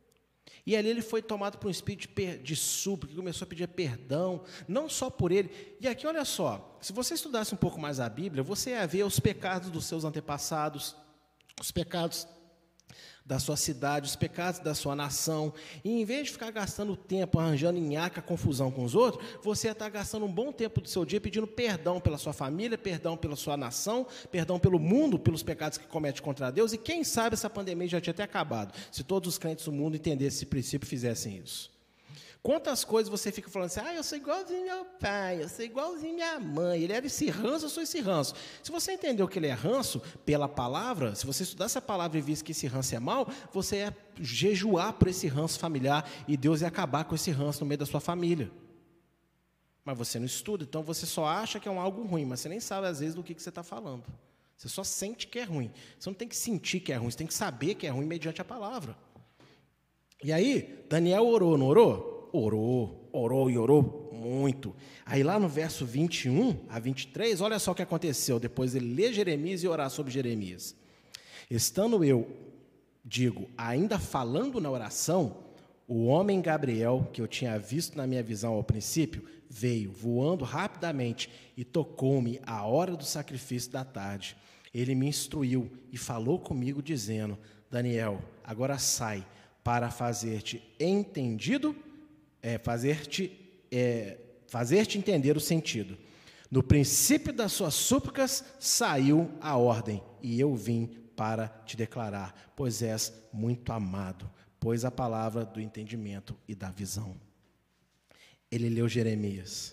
E ali ele foi tomado por um espírito de súplica, começou a pedir perdão, não só por ele. E aqui, olha só, se você estudasse um pouco mais a Bíblia, você ia ver os pecados dos seus antepassados, os pecados da sua cidade, os pecados da sua nação, e em vez de ficar gastando tempo arranjando nhaca, confusão com os outros, você ia estar gastando um bom tempo do seu dia pedindo perdão pela sua família, perdão pela sua nação, perdão pelo mundo, pelos pecados que comete contra Deus, e quem sabe essa pandemia já tinha até acabado, se todos os crentes do mundo entendessem esse princípio e fizessem isso. Quantas coisas você fica falando assim, eu sou igualzinho meu pai, eu sou igualzinho minha mãe, ele era esse ranço, eu sou esse ranço. Se você entendeu que ele é ranço pela palavra, se você estudasse a palavra e visse que esse ranço é mau, você ia jejuar por esse ranço familiar e Deus ia acabar com esse ranço no meio da sua família. Mas você não estuda, então você só acha que é algo ruim, mas você nem sabe às vezes do que você está falando. Você só sente que é ruim. Você não tem que sentir que é ruim, você tem que saber que é ruim mediante a palavra. E aí, Daniel orou, não orou? Orou e orou muito. Aí lá no verso 21 a 23, olha só o que aconteceu, depois ele ler Jeremias e orar sobre Jeremias. Estando eu, ainda falando na oração, O homem Gabriel, que eu tinha visto na minha visão ao princípio, veio voando rapidamente e tocou-me à hora do sacrifício da tarde. Ele me instruiu e falou comigo, dizendo: Daniel, agora sai para fazer-te entender o sentido. No princípio das suas súplicas saiu a ordem, e eu vim para te declarar, pois és muito amado, pois a palavra do entendimento e da visão. Ele leu Jeremias.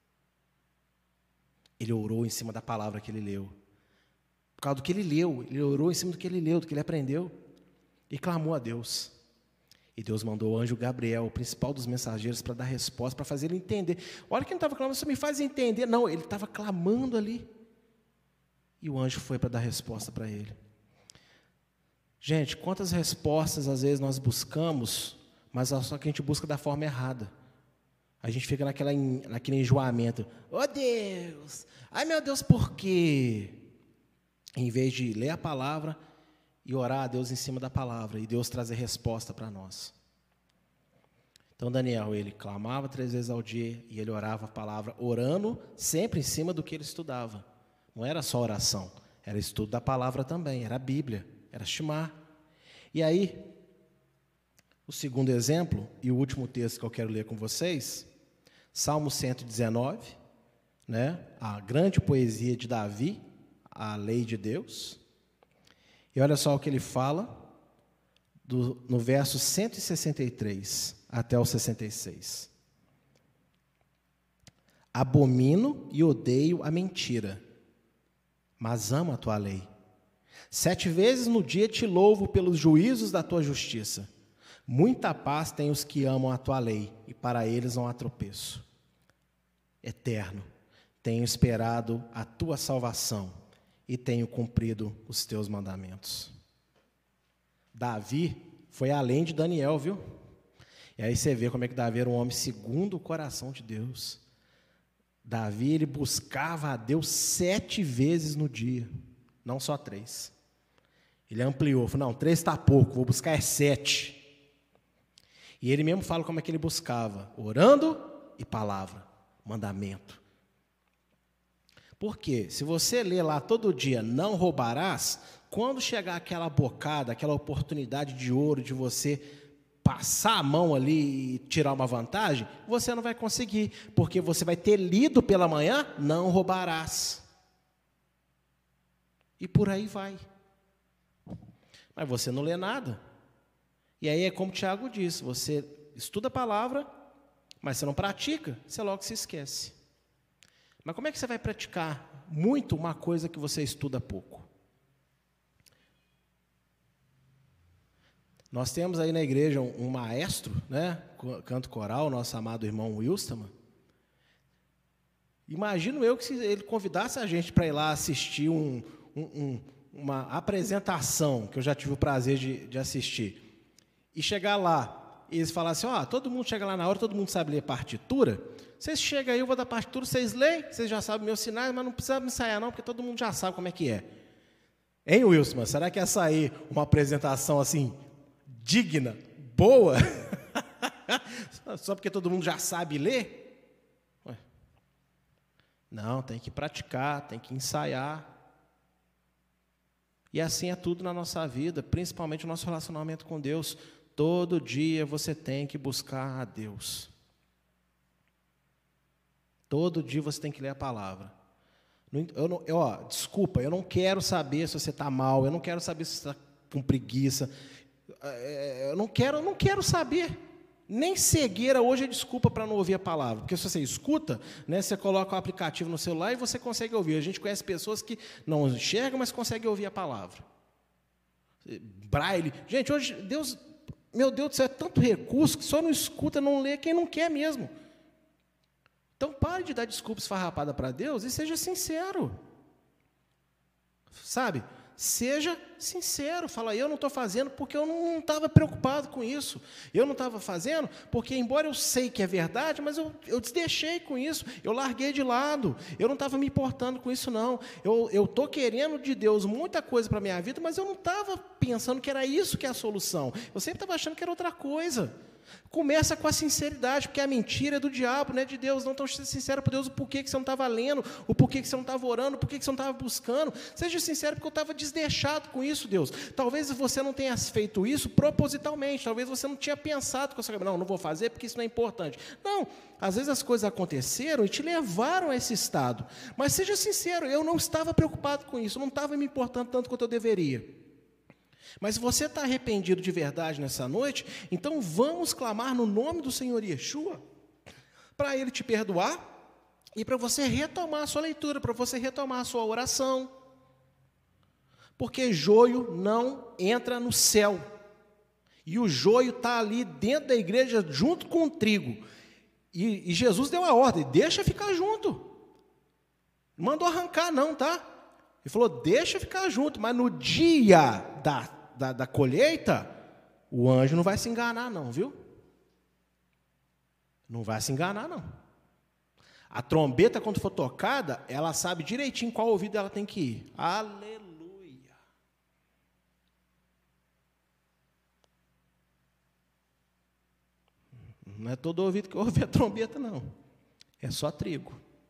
Ele orou em cima da palavra que ele leu. Por causa do que ele leu, ele orou em cima do que ele leu, do que ele aprendeu, e clamou a Deus. E Deus mandou o anjo Gabriel, o principal dos mensageiros, para dar resposta, para fazer ele entender. Olha que ele não estava clamando, isso me faz entender. Não, ele estava clamando ali. E o anjo foi para dar resposta para ele. Gente, quantas respostas às vezes nós buscamos, mas só que a gente busca da forma errada. A gente fica naquele enjoamento. Oh Deus! Ai meu Deus, por quê? Em vez de ler a palavra e orar a Deus em cima da palavra, e Deus trazer resposta para nós. Então Daniel, ele clamava 3 vezes ao dia, e ele orava a palavra, orando sempre em cima do que ele estudava. Não era só oração, era estudo da palavra também, era a Bíblia, era Shema. E aí, o segundo exemplo, e o último texto que eu quero ler com vocês, Salmo 119, né, a grande poesia de Davi, a lei de Deus. E olha só o que ele fala, no verso 163 até o 66. Abomino e odeio a mentira, mas amo a tua lei. 7 vezes no dia te louvo pelos juízos da tua justiça. Muita paz têm os que amam a tua lei, e para eles não há tropeço. Eterno, tenho esperado a tua salvação, e tenho cumprido os teus mandamentos. Davi foi além de Daniel, viu? E aí você vê como é que Davi era um homem segundo o coração de Deus. Davi, ele buscava a Deus 7 vezes no dia, não só 3. Ele ampliou, falou, não, 3 está pouco, vou buscar 7. E ele mesmo fala como é que ele buscava, orando e palavra, mandamento. Por quê? Se você ler lá todo dia, não roubarás, quando chegar aquela bocada, aquela oportunidade de ouro de você passar a mão ali e tirar uma vantagem, você não vai conseguir, porque você vai ter lido pela manhã, não roubarás. E por aí vai. Mas você não lê nada. E aí é como o Tiago disse, você estuda a palavra, mas você não pratica, você logo se esquece. Mas como é que você vai praticar muito uma coisa que você estuda pouco? Nós temos aí na igreja um maestro, né, canto coral, nosso amado irmão Wilstermann. Imagino eu que se ele convidasse a gente para ir lá assistir uma apresentação, que eu já tive o prazer de assistir, e chegar lá, e eles falassem, todo mundo chega lá na hora, todo mundo sabe ler partitura, vocês chegam aí, eu vou dar partitura, vocês leem, vocês já sabem meus sinais, mas não precisa me ensaiar não, porque todo mundo já sabe como é que é. Hein, Wilson? Será que ia sair uma apresentação assim, digna, boa? Só porque todo mundo já sabe ler? Ué. Não, tem que praticar, tem que ensaiar. E assim é tudo na nossa vida, principalmente o nosso relacionamento com Deus. Todo dia você tem que buscar a Deus. Todo dia você tem que ler a palavra. Desculpa, eu não quero saber se você está mal, eu não quero saber se você está com preguiça, eu não quero saber. Nem cegueira hoje é desculpa para não ouvir a palavra, porque se você escuta, né, você coloca o aplicativo no celular e você consegue ouvir. A gente conhece pessoas que não enxergam, mas conseguem ouvir a palavra. Braille. Gente, hoje, meu Deus do céu, é tanto recurso que só não escuta, não lê quem não quer mesmo. Então, pare de dar desculpa esfarrapada para Deus e seja sincero. Sabe? Seja sincero. Fala, eu não estou fazendo porque eu não estava preocupado com isso. Eu não estava fazendo porque, embora eu sei que é verdade, mas eu desdeixei com isso. Eu larguei de lado. Eu não estava me importando com isso, não. Eu estou querendo de Deus muita coisa para a minha vida, mas eu não estava pensando que era isso que é a solução. Eu sempre estava achando que era outra coisa. Começa com a sinceridade, porque a mentira é do diabo, não é de Deus. Não estão sendo sincero para Deus o porquê que você não estava lendo, o porquê que você não estava orando, o porquê que você não estava buscando. Seja sincero, porque eu estava desleixado com isso, Deus. Talvez você não tenha feito isso propositalmente, talvez você não tinha pensado com essa cabeça, não vou fazer porque isso não é importante. Não, às vezes as coisas aconteceram e te levaram a esse estado. Mas seja sincero, eu não estava preocupado com isso, não estava me importando tanto quanto eu deveria. Mas se você está arrependido de verdade nessa noite, então vamos clamar no nome do Senhor Yeshua, para Ele te perdoar e para você retomar a sua leitura, para você retomar a sua oração. Porque joio não entra no céu. E o joio está ali dentro da igreja junto com o trigo. E Jesus deu a ordem, deixa ficar junto. Não mandou arrancar não, tá? Ele falou, deixa ficar junto, mas no dia da colheita, o anjo não vai se enganar não, viu? Não vai se enganar não. A trombeta, quando for tocada, ela sabe direitinho qual ouvido ela tem que ir. Aleluia. Não é todo ouvido que ouve a trombeta, não. É só trigo.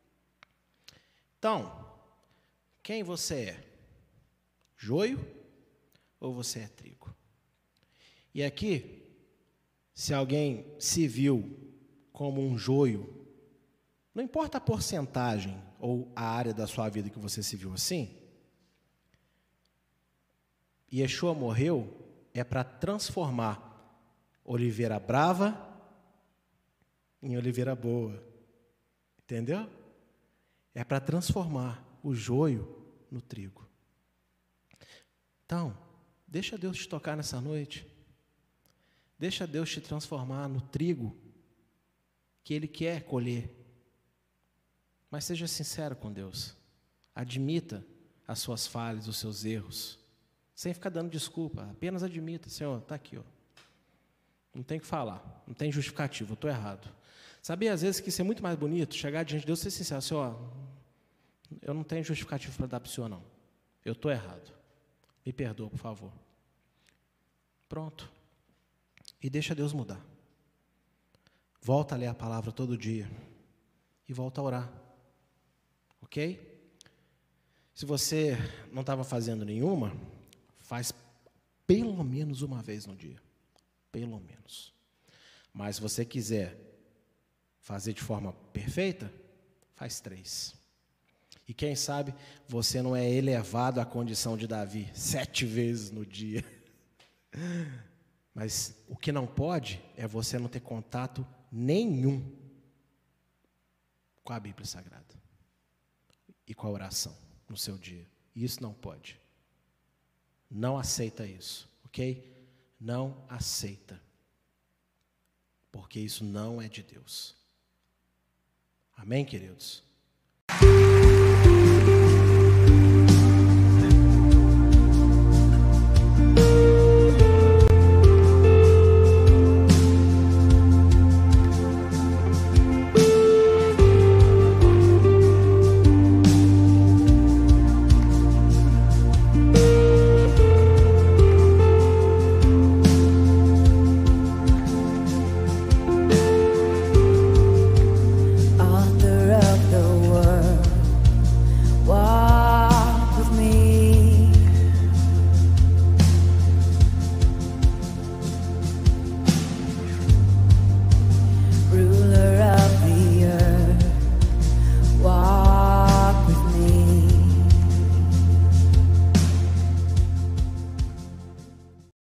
Então, quem você é? Joio? Ou você é trigo? E aqui, se alguém se viu como um joio, não importa a porcentagem ou a área da sua vida que você se viu assim, Yeshua morreu para transformar oliveira brava em oliveira boa. Entendeu? É para transformar o joio no trigo. Então, deixa Deus te tocar nessa noite. Deixa Deus te transformar no trigo que Ele quer colher. Mas seja sincero com Deus. Admita as suas falhas, os seus erros. Sem ficar dando desculpa. Apenas admita. Senhor, está aqui. Ó. Não tem o que falar. Não tem justificativo. Eu estou errado. Sabia, às vezes, que isso é muito mais bonito? Chegar diante de Deus e ser sincero. Senhor, eu não tenho justificativo para dar para o Senhor, não. Eu estou errado. Me perdoa, por favor. Pronto. E deixa Deus mudar. Volta a ler a palavra todo dia. E volta a orar. Ok? Se você não estava fazendo nenhuma, faz pelo menos uma vez no dia. Pelo menos. Mas se você quiser fazer de forma perfeita, faz 3. E quem sabe você não é elevado à condição de Davi 7 vezes no dia. Mas o que não pode é você não ter contato nenhum com a Bíblia Sagrada e com a oração no seu dia. Isso não pode. Não aceita isso, ok? Não aceita. Porque isso não é de Deus. Amém, queridos?